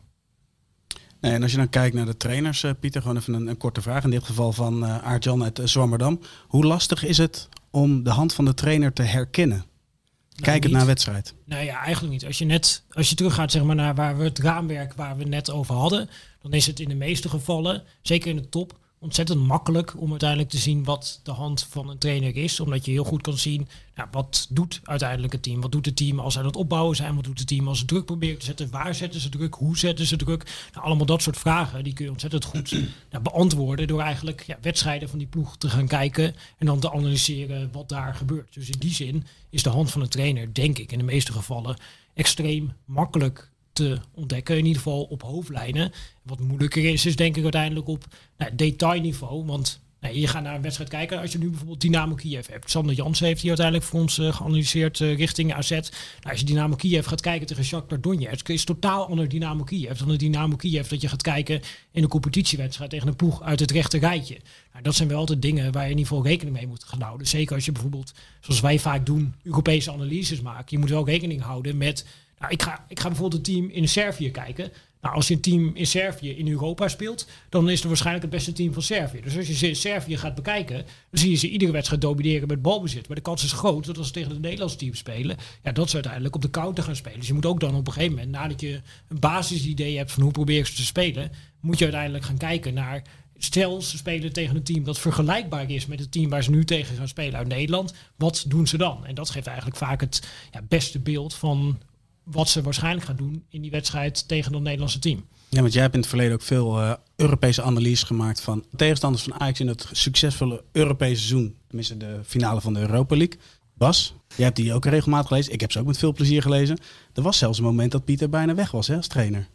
Nee, en als je dan kijkt naar de trainers, Pieter, gewoon even een korte vraag. In dit geval van Aart-Jan uit Zwammerdam. Hoe lastig is het om de hand van de trainer te herkennen? Kijkend naar een wedstrijd. Nou ja, eigenlijk niet. Als je teruggaat zeg maar, naar waar we het raamwerk waar we net over hadden, dan is het in de meeste gevallen, zeker in de top, ontzettend makkelijk om uiteindelijk te zien wat de hand van een trainer is. Omdat je heel goed kan zien, wat doet uiteindelijk het team? Wat doet het team als ze aan het opbouwen zijn? Wat doet het team als ze druk proberen te zetten? Waar zetten ze druk? Hoe zetten ze druk? Nou, allemaal dat soort vragen, die kun je ontzettend goed beantwoorden door eigenlijk wedstrijden van die ploeg te gaan kijken en dan te analyseren wat daar gebeurt. Dus in die zin is de hand van een trainer, denk ik, in de meeste gevallen extreem makkelijk te ontdekken, in ieder geval op hoofdlijnen. Wat moeilijker is denk ik uiteindelijk op detailniveau, want je gaat naar een wedstrijd kijken. Als je nu bijvoorbeeld Dynamo Kiev hebt. Sander Jansen heeft die uiteindelijk voor ons geanalyseerd richting AZ. Nou, als je Dynamo Kiev gaat kijken tegen Shakhtar Donetsk, is totaal ander Dynamo Kiev dan de Dynamo Kiev dat je gaat kijken in een competitiewedstrijd tegen een ploeg uit het rechte rijtje. Nou, dat zijn wel altijd dingen waar je in ieder geval rekening mee moet gaan houden. Zeker als je bijvoorbeeld, zoals wij vaak doen, Europese analyses maakt. Je moet wel rekening houden met Nou, ik ga bijvoorbeeld een team in Servië kijken. Nou, als je een team in Servië in Europa speelt, dan is het waarschijnlijk het beste team van Servië. Dus als je ze in Servië gaat bekijken, dan zie je ze iedere wedstrijd domineren met balbezit. Maar de kans is groot dat als ze tegen het Nederlandse team spelen, dat ze uiteindelijk op de counter gaan spelen. Dus je moet ook dan op een gegeven moment, nadat je een basisidee hebt van hoe probeer ik ze te spelen, moet je uiteindelijk gaan kijken naar, stel ze spelen tegen een team dat vergelijkbaar is met het team waar ze nu tegen gaan spelen uit Nederland. Wat doen ze dan? En dat geeft eigenlijk vaak het beste beeld van wat ze waarschijnlijk gaan doen in die wedstrijd tegen het Nederlandse team. Ja, want jij hebt in het verleden ook veel Europese analyses gemaakt van tegenstanders van Ajax in het succesvolle Europese seizoen. Tenminste de finale van de Europa League. Bas, jij hebt die ook regelmatig gelezen. Ik heb ze ook met veel plezier gelezen. Er was zelfs een moment dat Pieter bijna weg was, hè, als trainer.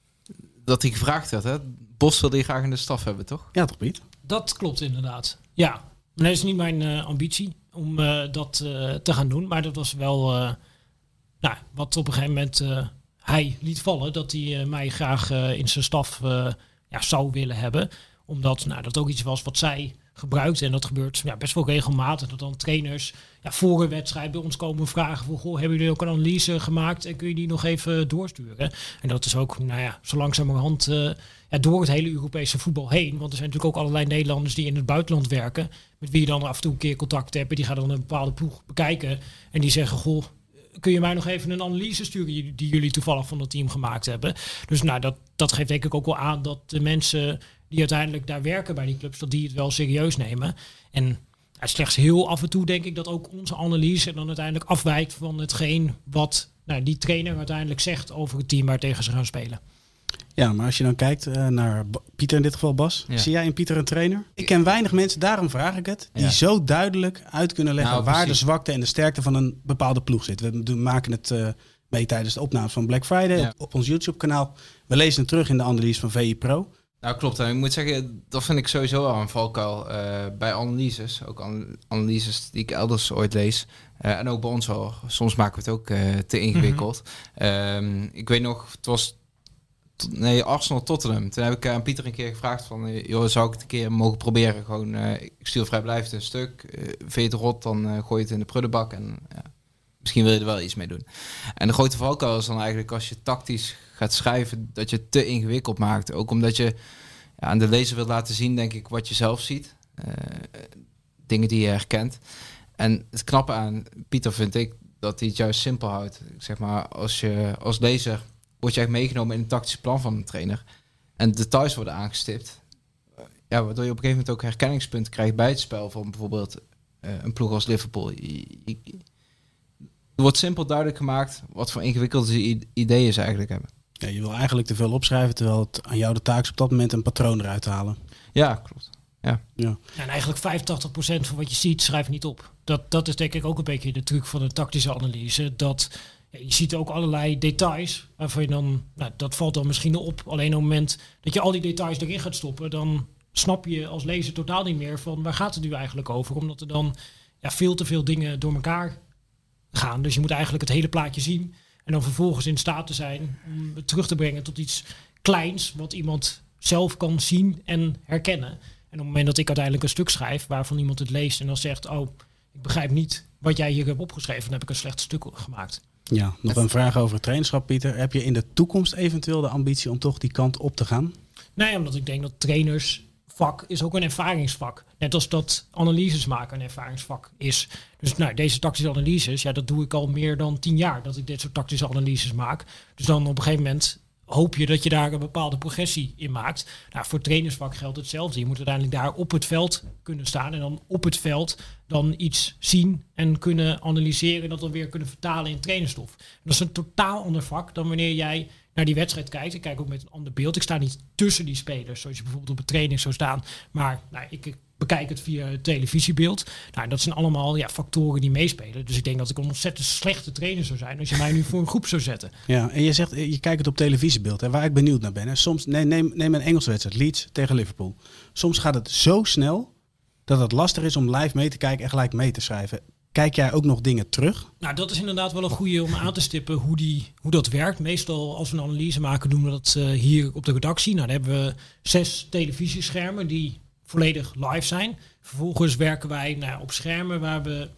Dat hij gevraagd werd, hè? Bos wilde je graag in de staf hebben, toch? Ja, toch Piet? Dat klopt inderdaad. Ja, maar dat is niet mijn ambitie om dat te gaan doen. Maar dat was wel wat op een gegeven moment hij liet vallen. Dat hij mij graag in zijn staf zou willen hebben. Omdat dat ook iets was wat zij gebruikte. En dat gebeurt best wel regelmatig. Dat dan trainers voor een wedstrijd bij ons komen vragen van, goh, hebben jullie ook een analyse gemaakt en kun je die nog even doorsturen? En dat is ook zo langzamerhand door het hele Europese voetbal heen. Want er zijn natuurlijk ook allerlei Nederlanders die in het buitenland werken, met wie je dan af en toe een keer contact hebt. En die gaan dan een bepaalde ploeg bekijken. En die zeggen, goh, kun je mij nog even een analyse sturen die jullie toevallig van het team gemaakt hebben? Dus dat geeft denk ik ook wel aan dat de mensen die uiteindelijk daar werken bij die clubs, dat die het wel serieus nemen. En slechts heel af en toe denk ik dat ook onze analyse dan uiteindelijk afwijkt van hetgeen wat die trainer uiteindelijk zegt over het team waar tegen ze gaan spelen. Ja, maar als je dan kijkt naar Pieter in dit geval, Bas. Ja. Zie jij in Pieter een trainer? Ik ken weinig mensen, daarom vraag ik het, die zo duidelijk uit kunnen leggen waar de zwakte en de sterkte van een bepaalde ploeg zit. We maken het mee tijdens de opname van Black Friday op ons YouTube kanaal. We lezen het terug in de analyse van VI Pro. Nou, klopt. En ik moet zeggen, dat vind ik sowieso al een valkuil bij analyses. Ook analyses die ik elders ooit lees. En ook bij ons al. Soms maken we het ook te ingewikkeld. Ik weet nog, het was Arsenal-Tottenham. Toen heb ik aan Pieter een keer gevraagd van, zou ik het een keer mogen proberen? Gewoon, ik stuur vrijblijvend een stuk. Vind je het rot, dan gooi je het in de prullenbak. En misschien wil je er wel iets mee doen. En de grote valkuil is dan eigenlijk als je tactisch gaat schrijven, dat je het te ingewikkeld maakt. Ook omdat je aan de lezer wilt laten zien, denk ik, wat je zelf ziet. Dingen die je herkent. En het knappe aan Pieter vind ik dat hij het juist simpel houdt. Zeg maar, als lezer word je echt meegenomen in het tactische plan van een trainer. En details worden aangestipt. Waardoor je op een gegeven moment ook herkenningspunten krijgt bij het spel van bijvoorbeeld een ploeg als Liverpool. Er wordt simpel duidelijk gemaakt wat voor ingewikkelde ideeën ze eigenlijk hebben. Ja, je wil eigenlijk te veel opschrijven, terwijl het aan jou de taak is op dat moment een patroon eruit te halen. Ja, klopt. Ja. En eigenlijk 85% van wat je ziet, schrijf niet op. Dat is denk ik ook een beetje de truc van de tactische analyse. Dat je ziet ook allerlei details waarvan je dan, dat valt dan misschien op. Alleen op het moment dat je al die details erin gaat stoppen, dan snap je als lezer totaal niet meer van waar gaat het nu eigenlijk over. Omdat er dan veel te veel dingen door elkaar gaan. Dus je moet eigenlijk het hele plaatje zien en dan vervolgens in staat te zijn om het terug te brengen tot iets kleins wat iemand zelf kan zien en herkennen. En op het moment dat ik uiteindelijk een stuk schrijf waarvan iemand het leest en dan zegt, ik begrijp niet wat jij hier hebt opgeschreven, dan heb ik een slecht stuk gemaakt. Ja, nog een vraag over het trainerschap, Pieter. Heb je in de toekomst eventueel de ambitie om toch die kant op te gaan? Nee, omdat ik denk dat trainersvak is ook een ervaringsvak. Net als dat analyses maken een ervaringsvak is. Dus deze tactische analyses, dat doe ik al meer dan 10 jaar dat ik dit soort tactische analyses maak. Dus dan op een gegeven moment hoop je dat je daar een bepaalde progressie in maakt. Voor het trainersvak geldt hetzelfde. Je moet uiteindelijk daar op het veld kunnen staan en dan op het veld dan iets zien en kunnen analyseren en dat dan weer kunnen vertalen in trainerstof. Dat is een totaal ander vak dan wanneer jij naar die wedstrijd kijkt. Ik kijk ook met een ander beeld. Ik sta niet tussen die spelers, zoals je bijvoorbeeld op een training zou staan. Maar ik bekijk het via het televisiebeeld. Dat zijn allemaal factoren die meespelen. Dus ik denk dat ik een ontzettend slechte trainer zou zijn als je mij nu voor een groep zou zetten. Ja, en je zegt, je kijkt het op televisiebeeld. Waar ik benieuwd naar ben. Hè. Soms, neem een Engelse wedstrijd, Leeds tegen Liverpool. Soms gaat het zo snel dat het lastig is om live mee te kijken en gelijk mee te schrijven. Kijk jij ook nog dingen terug? Dat is inderdaad wel een goede om aan te stippen hoe dat werkt. Meestal als we een analyse maken doen we dat hier op de redactie. Dan hebben we 6 televisieschermen die volledig live zijn. Vervolgens werken wij op schermen waar we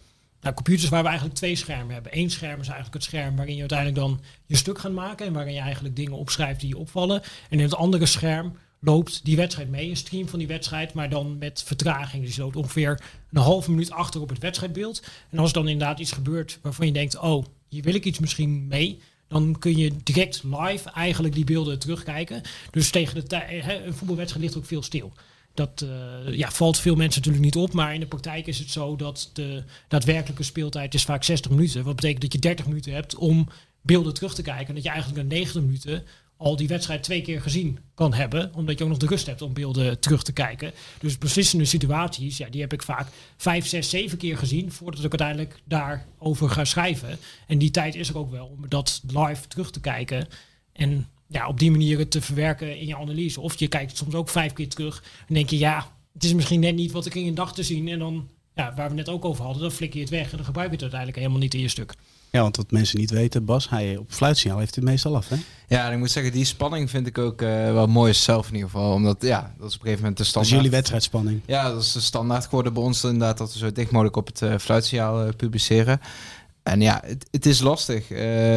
computers waar we eigenlijk 2 schermen hebben. 1 scherm is eigenlijk het scherm waarin je uiteindelijk dan je stuk gaat maken en waarin je eigenlijk dingen opschrijft die je opvallen. En in het andere scherm loopt die wedstrijd mee, een stream van die wedstrijd, maar dan met vertraging. Dus je loopt ongeveer een halve minuut achter op het wedstrijdbeeld. En als er dan inderdaad iets gebeurt waarvan je denkt, oh, hier wil ik iets misschien mee, dan kun je direct live eigenlijk die beelden terugkijken. Dus tegen de tijd, een voetbalwedstrijd ligt ook veel stil. Dat valt veel mensen natuurlijk niet op, maar in de praktijk is het zo dat de daadwerkelijke speeltijd is vaak 60 minuten. Wat betekent dat je 30 minuten hebt om beelden terug te kijken. En dat je eigenlijk in 90 minuten al die wedstrijd 2 keer gezien kan hebben, omdat je ook nog de rust hebt om beelden terug te kijken. Dus beslissende situaties, die heb ik vaak 5, 6, 7 keer gezien voordat ik uiteindelijk daarover ga schrijven. En die tijd is er ook wel om dat live terug te kijken en op die manier het te verwerken in je analyse. Of je kijkt soms ook 5 keer terug en denk je, het is misschien net niet wat ik in een dag te zien. En dan, waar we net ook over hadden, dan flikker je het weg en dan gebruik je het uiteindelijk helemaal niet in je stuk. Ja, want wat mensen niet weten, Bas, hij op fluitsignaal heeft het meestal af, hè? Ja, en ik moet zeggen, die spanning vind ik ook wel mooi zelf in ieder geval. Omdat, dat is op een gegeven moment de standaard. Dat is jullie wedstrijdspanning. Ja, dat is de standaard geworden bij ons inderdaad, dat we zo dicht mogelijk op het fluitsignaal publiceren. En het is lastig.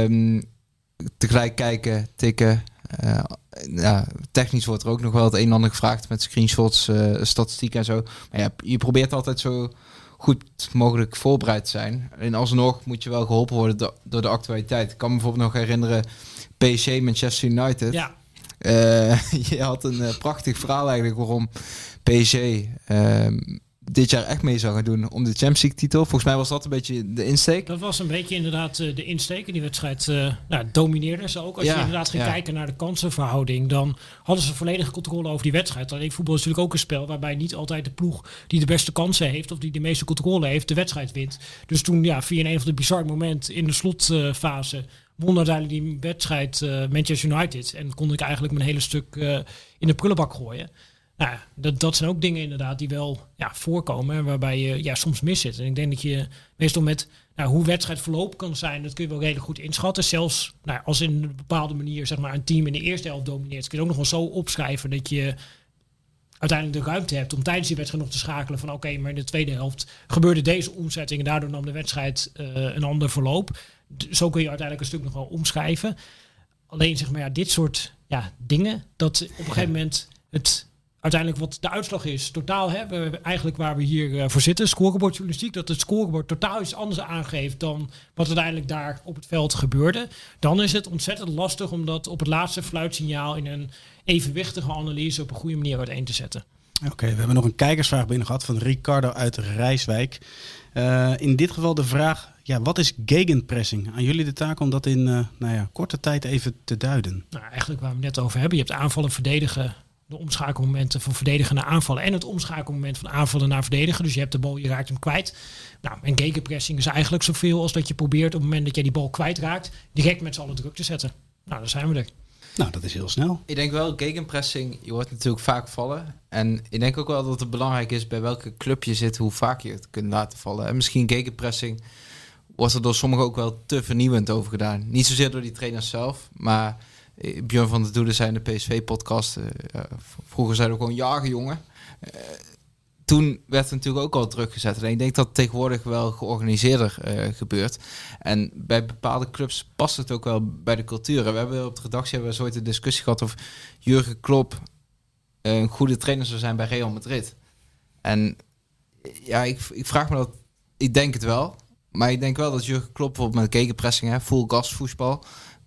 Tegelijk kijken, tikken. Technisch wordt er ook nog wel het een en ander gevraagd met screenshots, statistieken en zo. Maar je probeert altijd zo goed mogelijk voorbereid te zijn. En alsnog moet je wel geholpen worden door de actualiteit. Ik kan me bijvoorbeeld nog herinneren, PSG Manchester United. Ja. Je had een prachtig verhaal eigenlijk waarom PSG dit jaar echt mee zou gaan doen om de Champions League titel. Volgens mij was dat een beetje de insteek. Dat was een beetje inderdaad de insteek. Die wedstrijd domineerde ze ook. Als je inderdaad ging kijken naar de kansenverhouding, dan hadden ze volledige controle over die wedstrijd. Alleen voetbal is natuurlijk ook een spel waarbij niet altijd de ploeg die de beste kansen heeft of die de meeste controle heeft, de wedstrijd wint. Dus toen via een of de bizar moment in de slotfase won uiteindelijk die wedstrijd Manchester United. En kon ik eigenlijk mijn hele stuk in de prullenbak gooien. Nou, dat zijn ook dingen inderdaad die wel voorkomen, waarbij je soms mis zit. En ik denk dat je meestal met hoe wedstrijdverloop kan zijn, dat kun je wel redelijk goed inschatten. Zelfs als in een bepaalde manier zeg maar een team in de eerste helft domineert, kun je ook nog wel zo opschrijven dat je uiteindelijk de ruimte hebt om tijdens die wedstrijd nog te schakelen van oké, maar in de tweede helft gebeurde deze omzetting en daardoor nam de wedstrijd een ander verloop. Zo kun je uiteindelijk een stuk nog wel omschrijven. Alleen zeg maar dit soort dingen, dat op een gegeven moment het uiteindelijk wat de uitslag is, totaal eigenlijk waar we hier voor zitten, scorebordjournalistiek, dat het scorebord totaal iets anders aangeeft dan wat uiteindelijk daar op het veld gebeurde. Dan is het ontzettend lastig om dat op het laatste fluitsignaal in een evenwichtige analyse op een goede manier uiteen te zetten. Oké, we hebben nog een kijkersvraag binnen gehad van Ricardo uit Rijswijk. In dit geval de vraag, wat is gegenpressing? Aan jullie de taak om dat in korte tijd even te duiden. Nou, eigenlijk waar we het net over hebben, je hebt aanvallen, verdedigen, de omschakelmomenten van verdedigen naar aanvallen en het omschakelmoment van aanvallen naar verdedigen. Dus je hebt de bal, je raakt hem kwijt. Nou, en gegenpressing is eigenlijk zoveel als dat je probeert op het moment dat jij die bal kwijtraakt, direct met z'n allen druk te zetten. Nou, dan zijn we er. Nou, dat is heel snel. Ik denk wel, gegenpressing, je hoort natuurlijk vaak vallen. En ik denk ook wel dat het belangrijk is bij welke club je zit, hoe vaak je het kunt laten vallen. En misschien gegenpressing wordt er door sommigen ook wel te vernieuwend over gedaan. Niet zozeer door die trainers zelf, maar Björn van der Doelen zei in de PSV-podcast, vroeger zeiden we gewoon jagen, jongen. Toen werd het natuurlijk ook al druk gezet. En ik denk dat het tegenwoordig wel georganiseerder gebeurt. En bij bepaalde clubs past het ook wel bij de cultuur. En we hebben op de redactie zo ooit een discussie gehad of Jurgen Klopp een goede trainer zou zijn bij Real Madrid. En ik vraag me dat, ik denk het wel. Maar ik denk wel dat Jurgen Klopp bijvoorbeeld met gegenpressing, full gas voetbal,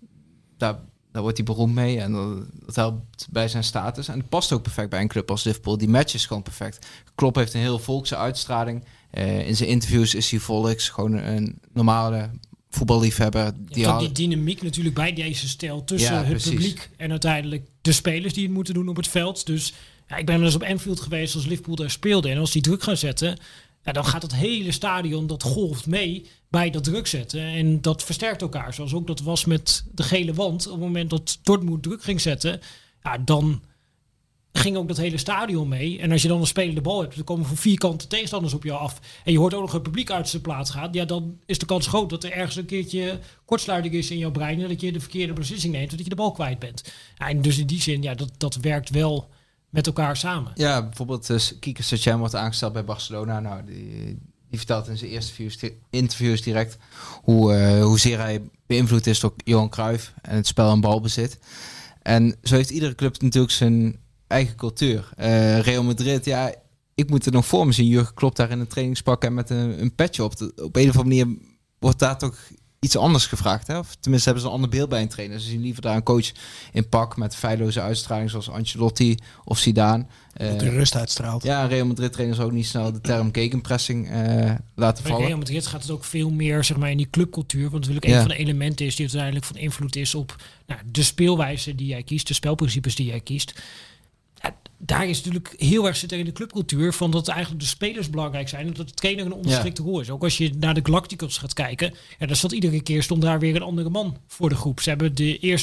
daar wordt hij beroemd mee en dat helpt bij zijn status. En het past ook perfect bij een club als Liverpool. Die match is gewoon perfect. Klopp heeft een heel volkse uitstraling. In zijn interviews is hij volks. Gewoon een normale voetballiefhebber. Die dynamiek natuurlijk bij deze stijl tussen het publiek en uiteindelijk de spelers die het moeten doen op het veld. Dus ik ben wel eens op Anfield geweest als Liverpool daar speelde. En als die druk gaan zetten, dan gaat het hele stadion, dat golft mee bij dat druk zetten. En dat versterkt elkaar. Zoals ook dat was met de gele wand. Op het moment dat Dortmund druk ging zetten, dan ging ook dat hele stadion mee. En als je dan een spelende bal hebt, dan komen van 4 kanten tegenstanders op jou af. En je hoort ook nog het publiek uit zijn plaats gaan. Ja, dan is de kans groot dat er ergens een keertje kortsluiting is in jouw brein en dat je de verkeerde beslissing neemt, dat je de bal kwijt bent. Ja, en dus in die zin, dat werkt wel met elkaar samen. Ja, bijvoorbeeld Kike Setien wordt aangesteld bij Barcelona. Nou, Die vertelt in zijn eerste interviews direct hoezeer hij beïnvloed is door Johan Cruijff en het spel en balbezit. En zo heeft iedere club natuurlijk zijn eigen cultuur. Real Madrid, ja, ik moet er nog voor me zien. Jurgen Klopp daar in een trainingspak en met een petje op. Op een of andere manier wordt daar toch iets anders gevraagd. Hè? Of tenminste hebben ze een ander beeld bij een trainer. Ze zien liever daar een coach in pak met feilloze uitstraling zoals Ancelotti of Zidane. Dat de rust uitstraalt. Ja, Real Madrid trainers ook niet snel de term gegenpressing laten vallen. Bij Real Madrid gaat het ook veel meer zeg maar in die clubcultuur. Want natuurlijk een van de elementen is die uiteindelijk van invloed is op de speelwijze die jij kiest, de spelprincipes die jij kiest. Ja, daar is natuurlijk heel erg zit er in de clubcultuur van dat eigenlijk de spelers belangrijk zijn en dat de trainer een ondergeschikte rol is. Ook als je naar de Galacticos gaat kijken, daar stond daar weer een andere man voor de groep. Ze hebben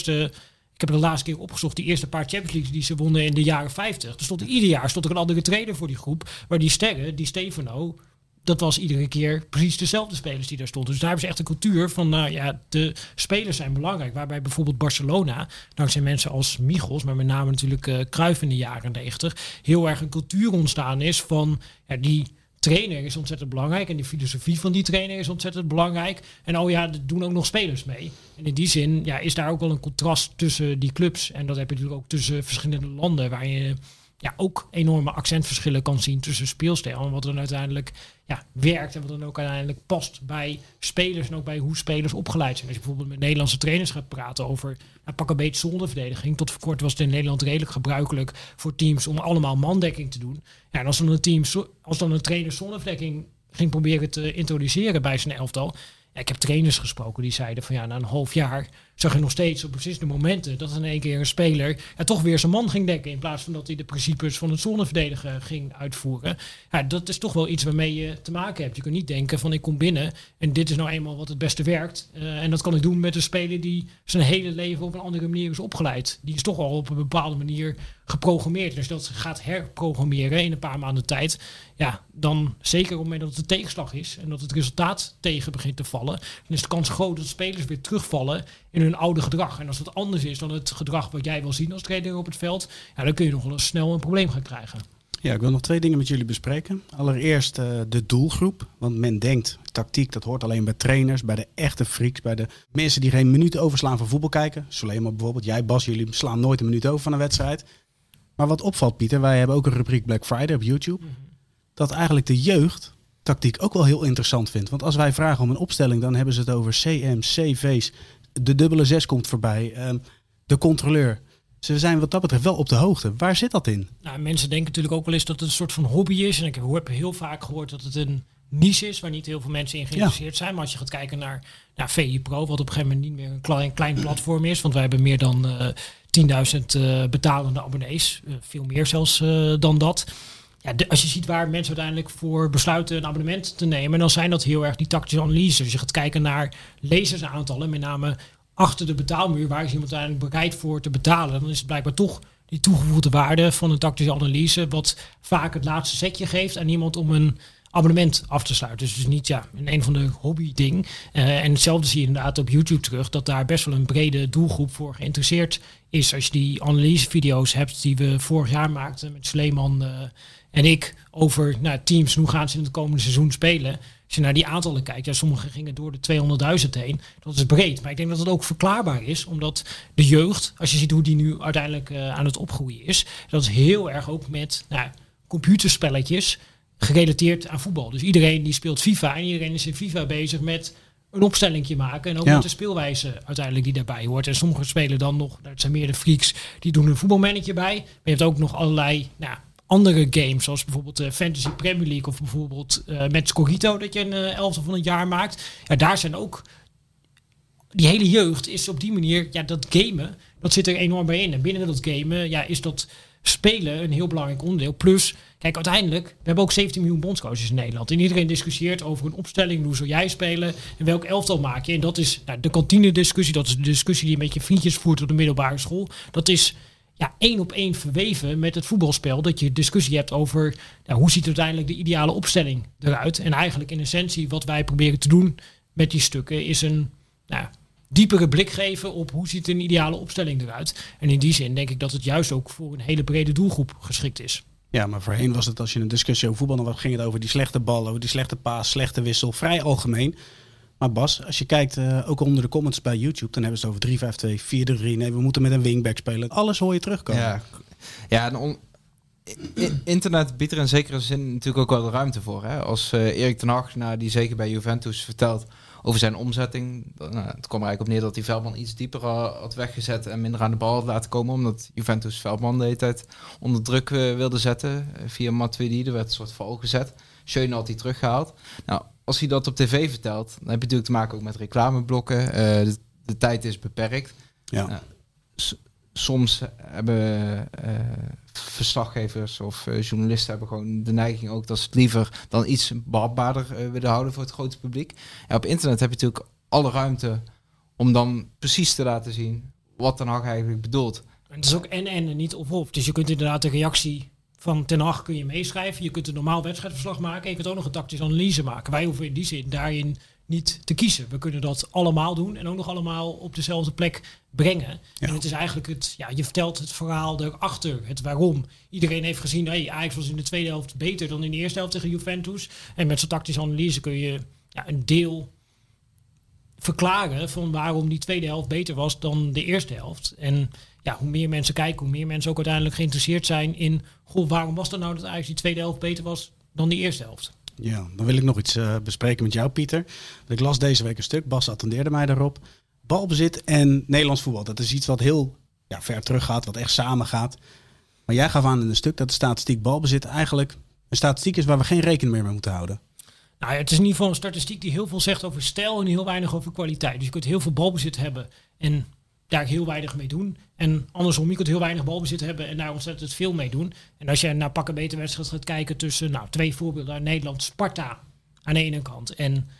ik heb de laatste keer opgezocht, die eerste paar Champions League die ze wonnen in de jaren 50. Ieder jaar stond er een andere trainer voor die groep, waar die sterren, die Stefano, dat was iedere keer precies dezelfde spelers die daar stonden. Dus daar hebben ze echt een cultuur van, de spelers zijn belangrijk. Waarbij bijvoorbeeld Barcelona, dankzij mensen als Michels, maar met name natuurlijk Cruijff in de jaren 90, heel erg een cultuur ontstaan is van, die trainer is ontzettend belangrijk en die filosofie van die trainer is ontzettend belangrijk. En er doen ook nog spelers mee. En in die zin is daar ook wel een contrast tussen die clubs. En dat heb je natuurlijk ook tussen verschillende landen, waar je ook enorme accentverschillen kan zien tussen speelstijl en wat dan uiteindelijk werkt en wat dan ook uiteindelijk past bij spelers en ook bij hoe spelers opgeleid zijn. Als je bijvoorbeeld met Nederlandse trainers gaat praten over pak een beetje zondeverdediging. Tot voor kort was het in Nederland redelijk gebruikelijk voor teams om allemaal mandekking te doen. Ja, en als dan een trainer zondeverdekking ging proberen te introduceren bij zijn elftal. Ja, ik heb trainers gesproken die zeiden van na een half jaar zag je nog steeds op precies de momenten dat in één keer een speler toch weer zijn man ging dekken in plaats van dat hij de principes van het zonneverdedigen ging uitvoeren. Ja, dat is toch wel iets waarmee je te maken hebt. Je kunt niet denken van ik kom binnen en dit is nou eenmaal wat het beste werkt. En dat kan ik doen met een speler die zijn hele leven op een andere manier is opgeleid. Die is toch al op een bepaalde manier geprogrammeerd. Dus dat gaat herprogrammeren in een paar maanden tijd. Ja, dan zeker op het moment dat het de tegenslag is en dat het resultaat tegen begint te vallen, dan is de kans groot dat spelers weer terugvallen in hun oude gedrag. En als dat anders is dan het gedrag wat jij wil zien als trainer op het veld, dan kun je nog wel eens snel een probleem gaan krijgen. Ja, ik wil nog 2 dingen met jullie bespreken. Allereerst de doelgroep. Want men denkt, tactiek, dat hoort alleen bij trainers, bij de echte freaks, bij de mensen die geen minuut overslaan van voetbal kijken. Sulema bijvoorbeeld, jij Bas, jullie slaan nooit een minuut over van een wedstrijd. Maar wat opvalt, Pieter, wij hebben ook een rubriek Black Friday op YouTube. Dat eigenlijk de jeugd tactiek ook wel heel interessant vindt. Want als wij vragen om een opstelling, dan hebben ze het over CM, CV's. De dubbele 6 komt voorbij. De controleur. Ze zijn wat dat betreft wel op de hoogte. Waar zit dat in? Nou, mensen denken natuurlijk ook wel eens dat het een soort van hobby is. En ik heb heel vaak gehoord dat het een niche is waar niet heel veel mensen in geïnteresseerd zijn. Maar als je gaat kijken naar VI Pro, wat op een gegeven moment niet meer een klein platform is. Want wij hebben meer dan 10.000 betalende abonnees. Veel meer zelfs dan dat. Ja, als je ziet waar mensen uiteindelijk voor besluiten een abonnement te nemen, dan zijn dat heel erg die tactische analyses. Dus je gaat kijken naar lezersaantallen, met name achter de betaalmuur, waar is iemand uiteindelijk bereid voor te betalen. Dan is het blijkbaar toch die toegevoegde waarde van een tactische analyse, wat vaak het laatste setje geeft aan iemand om een abonnement af te sluiten. Dus niet een van de hobby ding. En hetzelfde zie je inderdaad op YouTube terug, dat daar best wel een brede doelgroep voor geïnteresseerd is. Als je die analysevideo's hebt die we vorig jaar maakten met Sleeman en ik over teams, hoe gaan ze in het komende seizoen spelen. Als je naar die aantallen kijkt, sommigen gingen door de 200.000 heen. Dat is breed. Maar ik denk dat het ook verklaarbaar is, omdat de jeugd, als je ziet hoe die nu uiteindelijk aan het opgroeien is, dat is heel erg ook met computerspelletjes gerelateerd aan voetbal. Dus iedereen die speelt FIFA en iedereen is in FIFA bezig met een opstellingje maken en ook met de speelwijze uiteindelijk die daarbij hoort. En sommigen spelen dan nog, dat zijn meer de freaks, die doen een voetbalmanager bij. Maar je hebt ook nog allerlei andere games, zoals bijvoorbeeld Fantasy Premier League of bijvoorbeeld met Scorito, dat je een elftal van het jaar maakt. Ja, daar zijn ook die hele jeugd is op die manier, dat gamen, dat zit er enorm bij in. En binnen dat gamen, is dat spelen een heel belangrijk onderdeel. Plus, kijk, uiteindelijk, we hebben ook 17 miljoen bondscoaches in Nederland. En iedereen discussieert over een opstelling, hoe zou jij spelen en welk elftal maak je. En dat is de kantine-discussie, dat is de discussie die je met je vriendjes voert op de middelbare school. Dat is 1 op 1 verweven met het voetbalspel. Dat je discussie hebt over hoe ziet uiteindelijk de ideale opstelling eruit. En eigenlijk in essentie wat wij proberen te doen met die stukken is een diepere blik geven op hoe ziet een ideale opstelling eruit. En in die zin denk ik dat het juist ook voor een hele brede doelgroep geschikt is. Ja, maar voorheen was het, als je een discussie over voetbal, dan ging het over die slechte bal, over die slechte paas, slechte wissel, vrij algemeen. Maar Bas, als je kijkt, ook onder de comments bij YouTube, dan hebben ze het over 3-5-2, 4-3. Nee, we moeten met een wingback spelen. Alles hoor je terugkomen. Ja, en internet biedt er in zekere zin natuurlijk ook wel de ruimte voor. Hè? Als Erik ten Hag, die zeker bij Juventus vertelt over zijn omzetting. Het kwam er eigenlijk op neer dat hij Veldman iets dieper had weggezet en minder aan de bal had laten komen. Omdat Juventus Veldman de hele tijd onder druk wilde zetten. Via Matuidi, er werd een soort val gezet. Schöne had hij teruggehaald. Nou, als hij dat op tv vertelt, dan heb je natuurlijk te maken ook met reclameblokken. De tijd is beperkt. Ja. Soms hebben verslaggevers of journalisten hebben gewoon de neiging ook dat ze het liever dan iets behapbaarder willen houden voor het grote publiek. Ja, op internet heb je natuurlijk alle ruimte om dan precies te laten zien wat Ten Hag eigenlijk bedoelt. En het is ook en niet of. Dus je kunt inderdaad de reactie van Ten Hag kun je meeschrijven. Je kunt een normaal wedstrijdverslag maken. En je kunt ook nog een tactische analyse maken. Wij hoeven in die zin daarin niet te kiezen. We kunnen dat allemaal doen en ook nog allemaal op dezelfde plek brengen. Ja. En het is eigenlijk je vertelt het verhaal erachter, het waarom. Iedereen heeft gezien, Ajax was in de tweede helft beter dan in de eerste helft tegen Juventus. En met zo'n tactische analyse kun je een deel verklaren van waarom die tweede helft beter was dan de eerste helft. En hoe meer mensen kijken, hoe meer mensen ook uiteindelijk geïnteresseerd zijn in, waarom was dat nou dat Ajax die tweede helft beter was dan die eerste helft? Ja, dan wil ik nog iets bespreken met jou, Pieter. Ik las deze week een stuk, Bas attendeerde mij daarop. Balbezit en Nederlands voetbal, dat is iets wat heel ver terug gaat, wat echt samen gaat. Maar jij gaf aan in een stuk dat de statistiek balbezit eigenlijk een statistiek is waar we geen rekening meer mee moeten houden. Nou ja, het is in ieder geval een statistiek die heel veel zegt over stijl en heel weinig over kwaliteit. Dus je kunt heel veel balbezit hebben en daar heel weinig mee doen. En andersom, je kunt heel weinig balbezit hebben en daar ontzettend veel mee doen. En als je naar pak een beter wedstrijd gaat kijken tussen twee voorbeelden uit Nederland, Sparta aan de ene kant en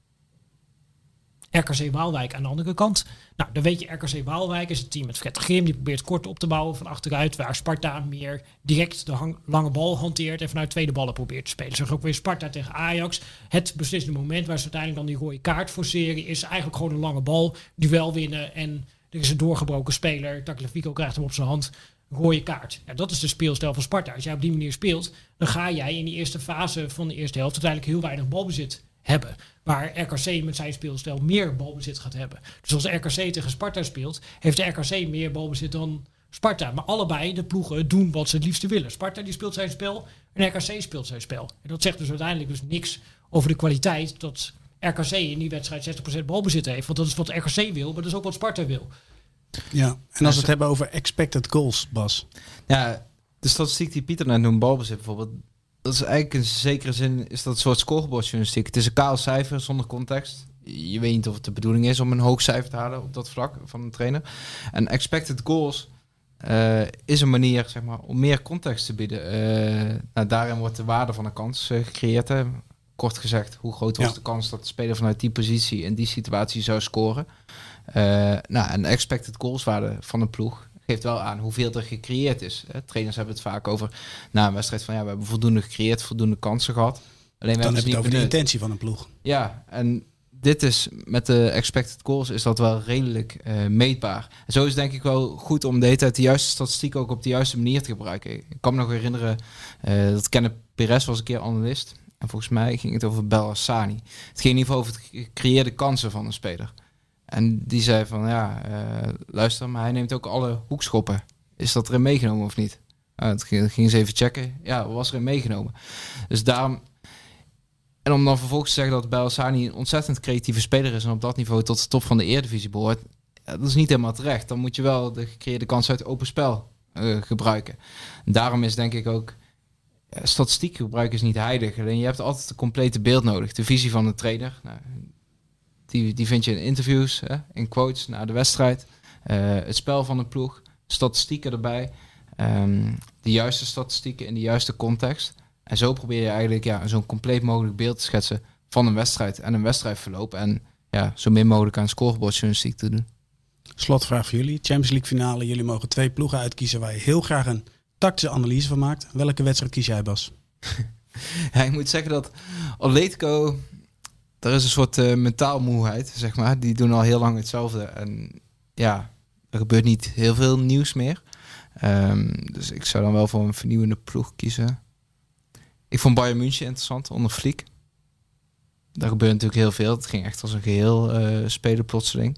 RKC Waalwijk aan de andere kant. Nou, dan weet je, RKC Waalwijk is het team met Fred Grim. Die probeert kort op te bouwen van achteruit, waar Sparta meer direct de lange bal hanteert en vanuit tweede ballen probeert te spelen. Zo ook weer Sparta tegen Ajax. Het beslissende moment waar ze uiteindelijk dan die rode kaart forceren is eigenlijk gewoon een lange bal, duel winnen en er is een doorgebroken speler. Tagliafico krijgt hem op zijn hand. Rode kaart. Ja, dat is de speelstijl van Sparta. Als jij op die manier speelt, dan ga jij in die eerste fase van de eerste helft uiteindelijk heel weinig balbezit hebben. Waar RKC met zijn speelstijl meer balbezit gaat hebben. Dus als RKC tegen Sparta speelt, heeft de RKC meer balbezit dan Sparta. Maar allebei de ploegen doen wat ze het liefste willen. Sparta die speelt zijn spel en RKC speelt zijn spel. En dat zegt dus uiteindelijk dus niks over de kwaliteit dat RKC in die wedstrijd 60% balbezit heeft. Want dat is wat RKC wil, maar dat is ook wat Sparta wil. Ja, en als we het hebben over expected goals, Bas. Ja, de statistiek die Pieter net noemt, balbezit bijvoorbeeld, dat is eigenlijk in zekere zin is dat een soort scorebordjournalistiek. Het is een kaal cijfer zonder context. Je weet niet of het de bedoeling is om een hoog cijfer te halen op dat vlak van een trainer. En expected goals is een manier, zeg maar, om meer context te bieden. Daarin wordt de waarde van een kans gecreëerd. Hè. Kort gezegd, hoe groot was de kans dat de speler vanuit die positie in die situatie zou scoren. En expected goalswaarde van een ploeg geeft wel aan hoeveel er gecreëerd is. Trainers hebben het vaak over na een wedstrijd van we hebben voldoende gecreëerd, voldoende kansen gehad. Alleen dan heb je het over de intentie van een ploeg. Ja, en dit is met de expected goals is dat wel redelijk meetbaar. En zo is het denk ik wel goed om de hele tijd de juiste statistiek ook op de juiste manier te gebruiken. Ik kan me nog herinneren dat Kenneth Perez was een keer analist. En volgens mij ging het over Belhassani. Het ging in ieder geval over het gecreëerde kansen van een speler. En die zei van, luister, maar hij neemt ook alle hoekschoppen. Is dat erin meegenomen of niet? Het ging ze even checken. Ja, was erin meegenomen. Dus daarom... En om dan vervolgens te zeggen dat Belhassani een ontzettend creatieve speler is en op dat niveau tot de top van de Eredivisie behoort, dat is niet helemaal terecht. Dan moet je wel de gecreëerde kans uit open spel gebruiken. En daarom is denk ik ook... statistiek gebruiken is niet heilig. Alleen je hebt altijd een complete beeld nodig. De visie van de trainer. Nou, die vind je in interviews, in quotes na de wedstrijd. Het spel van de ploeg. Statistieken erbij. De juiste statistieken in de juiste context. En zo probeer je eigenlijk zo'n compleet mogelijk beeld te schetsen van een wedstrijd en een wedstrijdverloop. En zo min mogelijk aan scorebordjournalistiek te doen. Slotvraag voor jullie. Champions League finale. Jullie mogen 2 ploegen uitkiezen waar je heel graag een tactische analyse van maakt. Welke wedstrijd kies jij, Bas? Ik moet zeggen dat Atletico, er is een soort mentaal moeheid, zeg maar. Die doen al heel lang hetzelfde. En er gebeurt niet heel veel nieuws meer. Dus ik zou dan wel voor een vernieuwende ploeg kiezen. Ik vond Bayern München interessant onder Flick. Daar gebeurde natuurlijk heel veel. Het ging echt als een geheel spelen plotseling.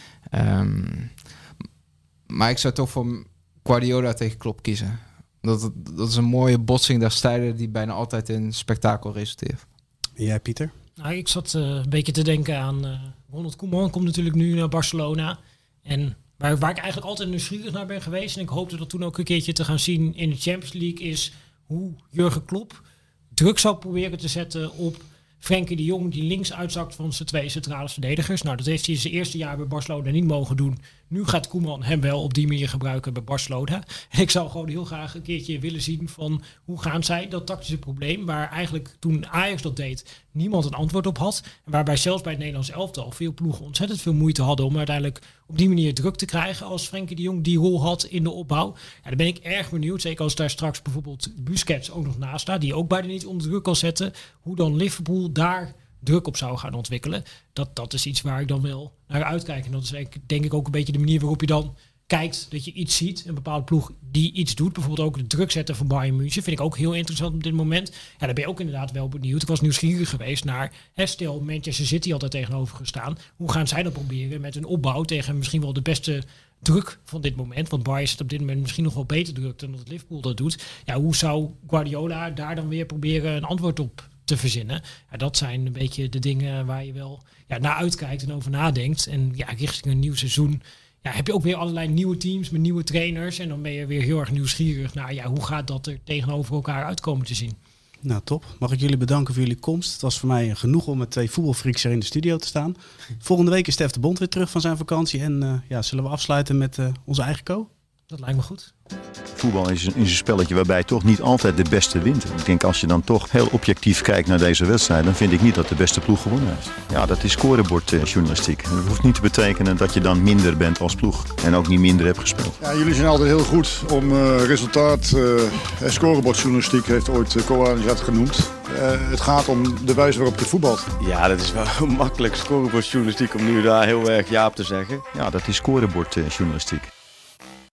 Maar ik zou toch voor Guardiola tegen Klopp kiezen. Dat is een mooie botsing der stijlen die bijna altijd in spektakel resulteert. Jij, Pieter? Nou, ik zat een beetje te denken aan Ronald Koeman. Komt natuurlijk nu naar Barcelona. En waar ik eigenlijk altijd nieuwsgierig naar ben geweest... en ik hoopte dat toen ook een keertje te gaan zien in de Champions League... is hoe Jurgen Klopp druk zou proberen te zetten op Frenkie de Jong... die links uitzakt van zijn 2 centrale verdedigers. Nou, dat heeft hij in zijn eerste jaar bij Barcelona niet mogen doen. Nu gaat Koeman hem wel op die manier gebruiken bij Barcelona. En ik zou gewoon heel graag een keertje willen zien van... hoe gaan zij dat tactische probleem... waar eigenlijk toen Ajax dat deed niemand een antwoord op had... en waarbij zelfs bij het Nederlands elftal veel ploegen ontzettend veel moeite hadden... om uiteindelijk op die manier druk te krijgen... als Frenkie de Jong die rol had in de opbouw. Ja, daar ben ik erg benieuwd. Zeker als daar straks bijvoorbeeld Busquets ook nog naast staat... die ook bijna niet onder druk kan zetten... hoe dan Liverpool daar druk op zou gaan ontwikkelen. Dat is iets waar ik dan wel naar uitkijk. En dat is denk ik ook een beetje de manier waarop je dan kijkt dat je iets ziet. Een bepaalde ploeg die iets doet. Bijvoorbeeld ook de druk zetten van Bayern München. Vind ik ook heel interessant op dit moment. Ja, daar ben je ook inderdaad wel benieuwd. Ik was nieuwsgierig geweest naar... stel, Manchester City altijd tegenover gestaan. Hoe gaan zij dat proberen met een opbouw tegen misschien wel de beste druk van dit moment? Want Bayern zit op dit moment misschien nog wel beter druk dan dat Liverpool dat doet. Ja, hoe zou Guardiola daar dan weer proberen een antwoord op te verzinnen? Ja, dat zijn een beetje de dingen waar je wel naar uitkijkt en over nadenkt. En ja, richting een nieuw seizoen heb je ook weer allerlei nieuwe teams met nieuwe trainers. En dan ben je weer heel erg nieuwsgierig naar hoe gaat dat er tegenover elkaar uitkomen te zien. Nou, top. Mag ik jullie bedanken voor jullie komst. Het was voor mij genoeg om met 2 voetbalfreaks er in de studio te staan. Volgende week is Stef de Bond weer terug van zijn vakantie. En zullen we afsluiten met onze eigen co? Dat lijkt me goed. Voetbal is een spelletje waarbij toch niet altijd de beste wint. Ik denk als je dan toch heel objectief kijkt naar deze wedstrijd... dan vind ik niet dat de beste ploeg gewonnen heeft. Ja, dat is scorebordjournalistiek. Dat hoeft niet te betekenen dat je dan minder bent als ploeg. En ook niet minder hebt gespeeld. Ja, jullie zijn altijd heel goed om resultaat. Scorebordjournalistiek heeft ooit Koan dat genoemd. Het gaat om de wijze waarop je voetbalt. Ja, dat is wel makkelijk scorebordjournalistiek om nu daar heel erg ja op te zeggen. Ja, dat is scorebordjournalistiek.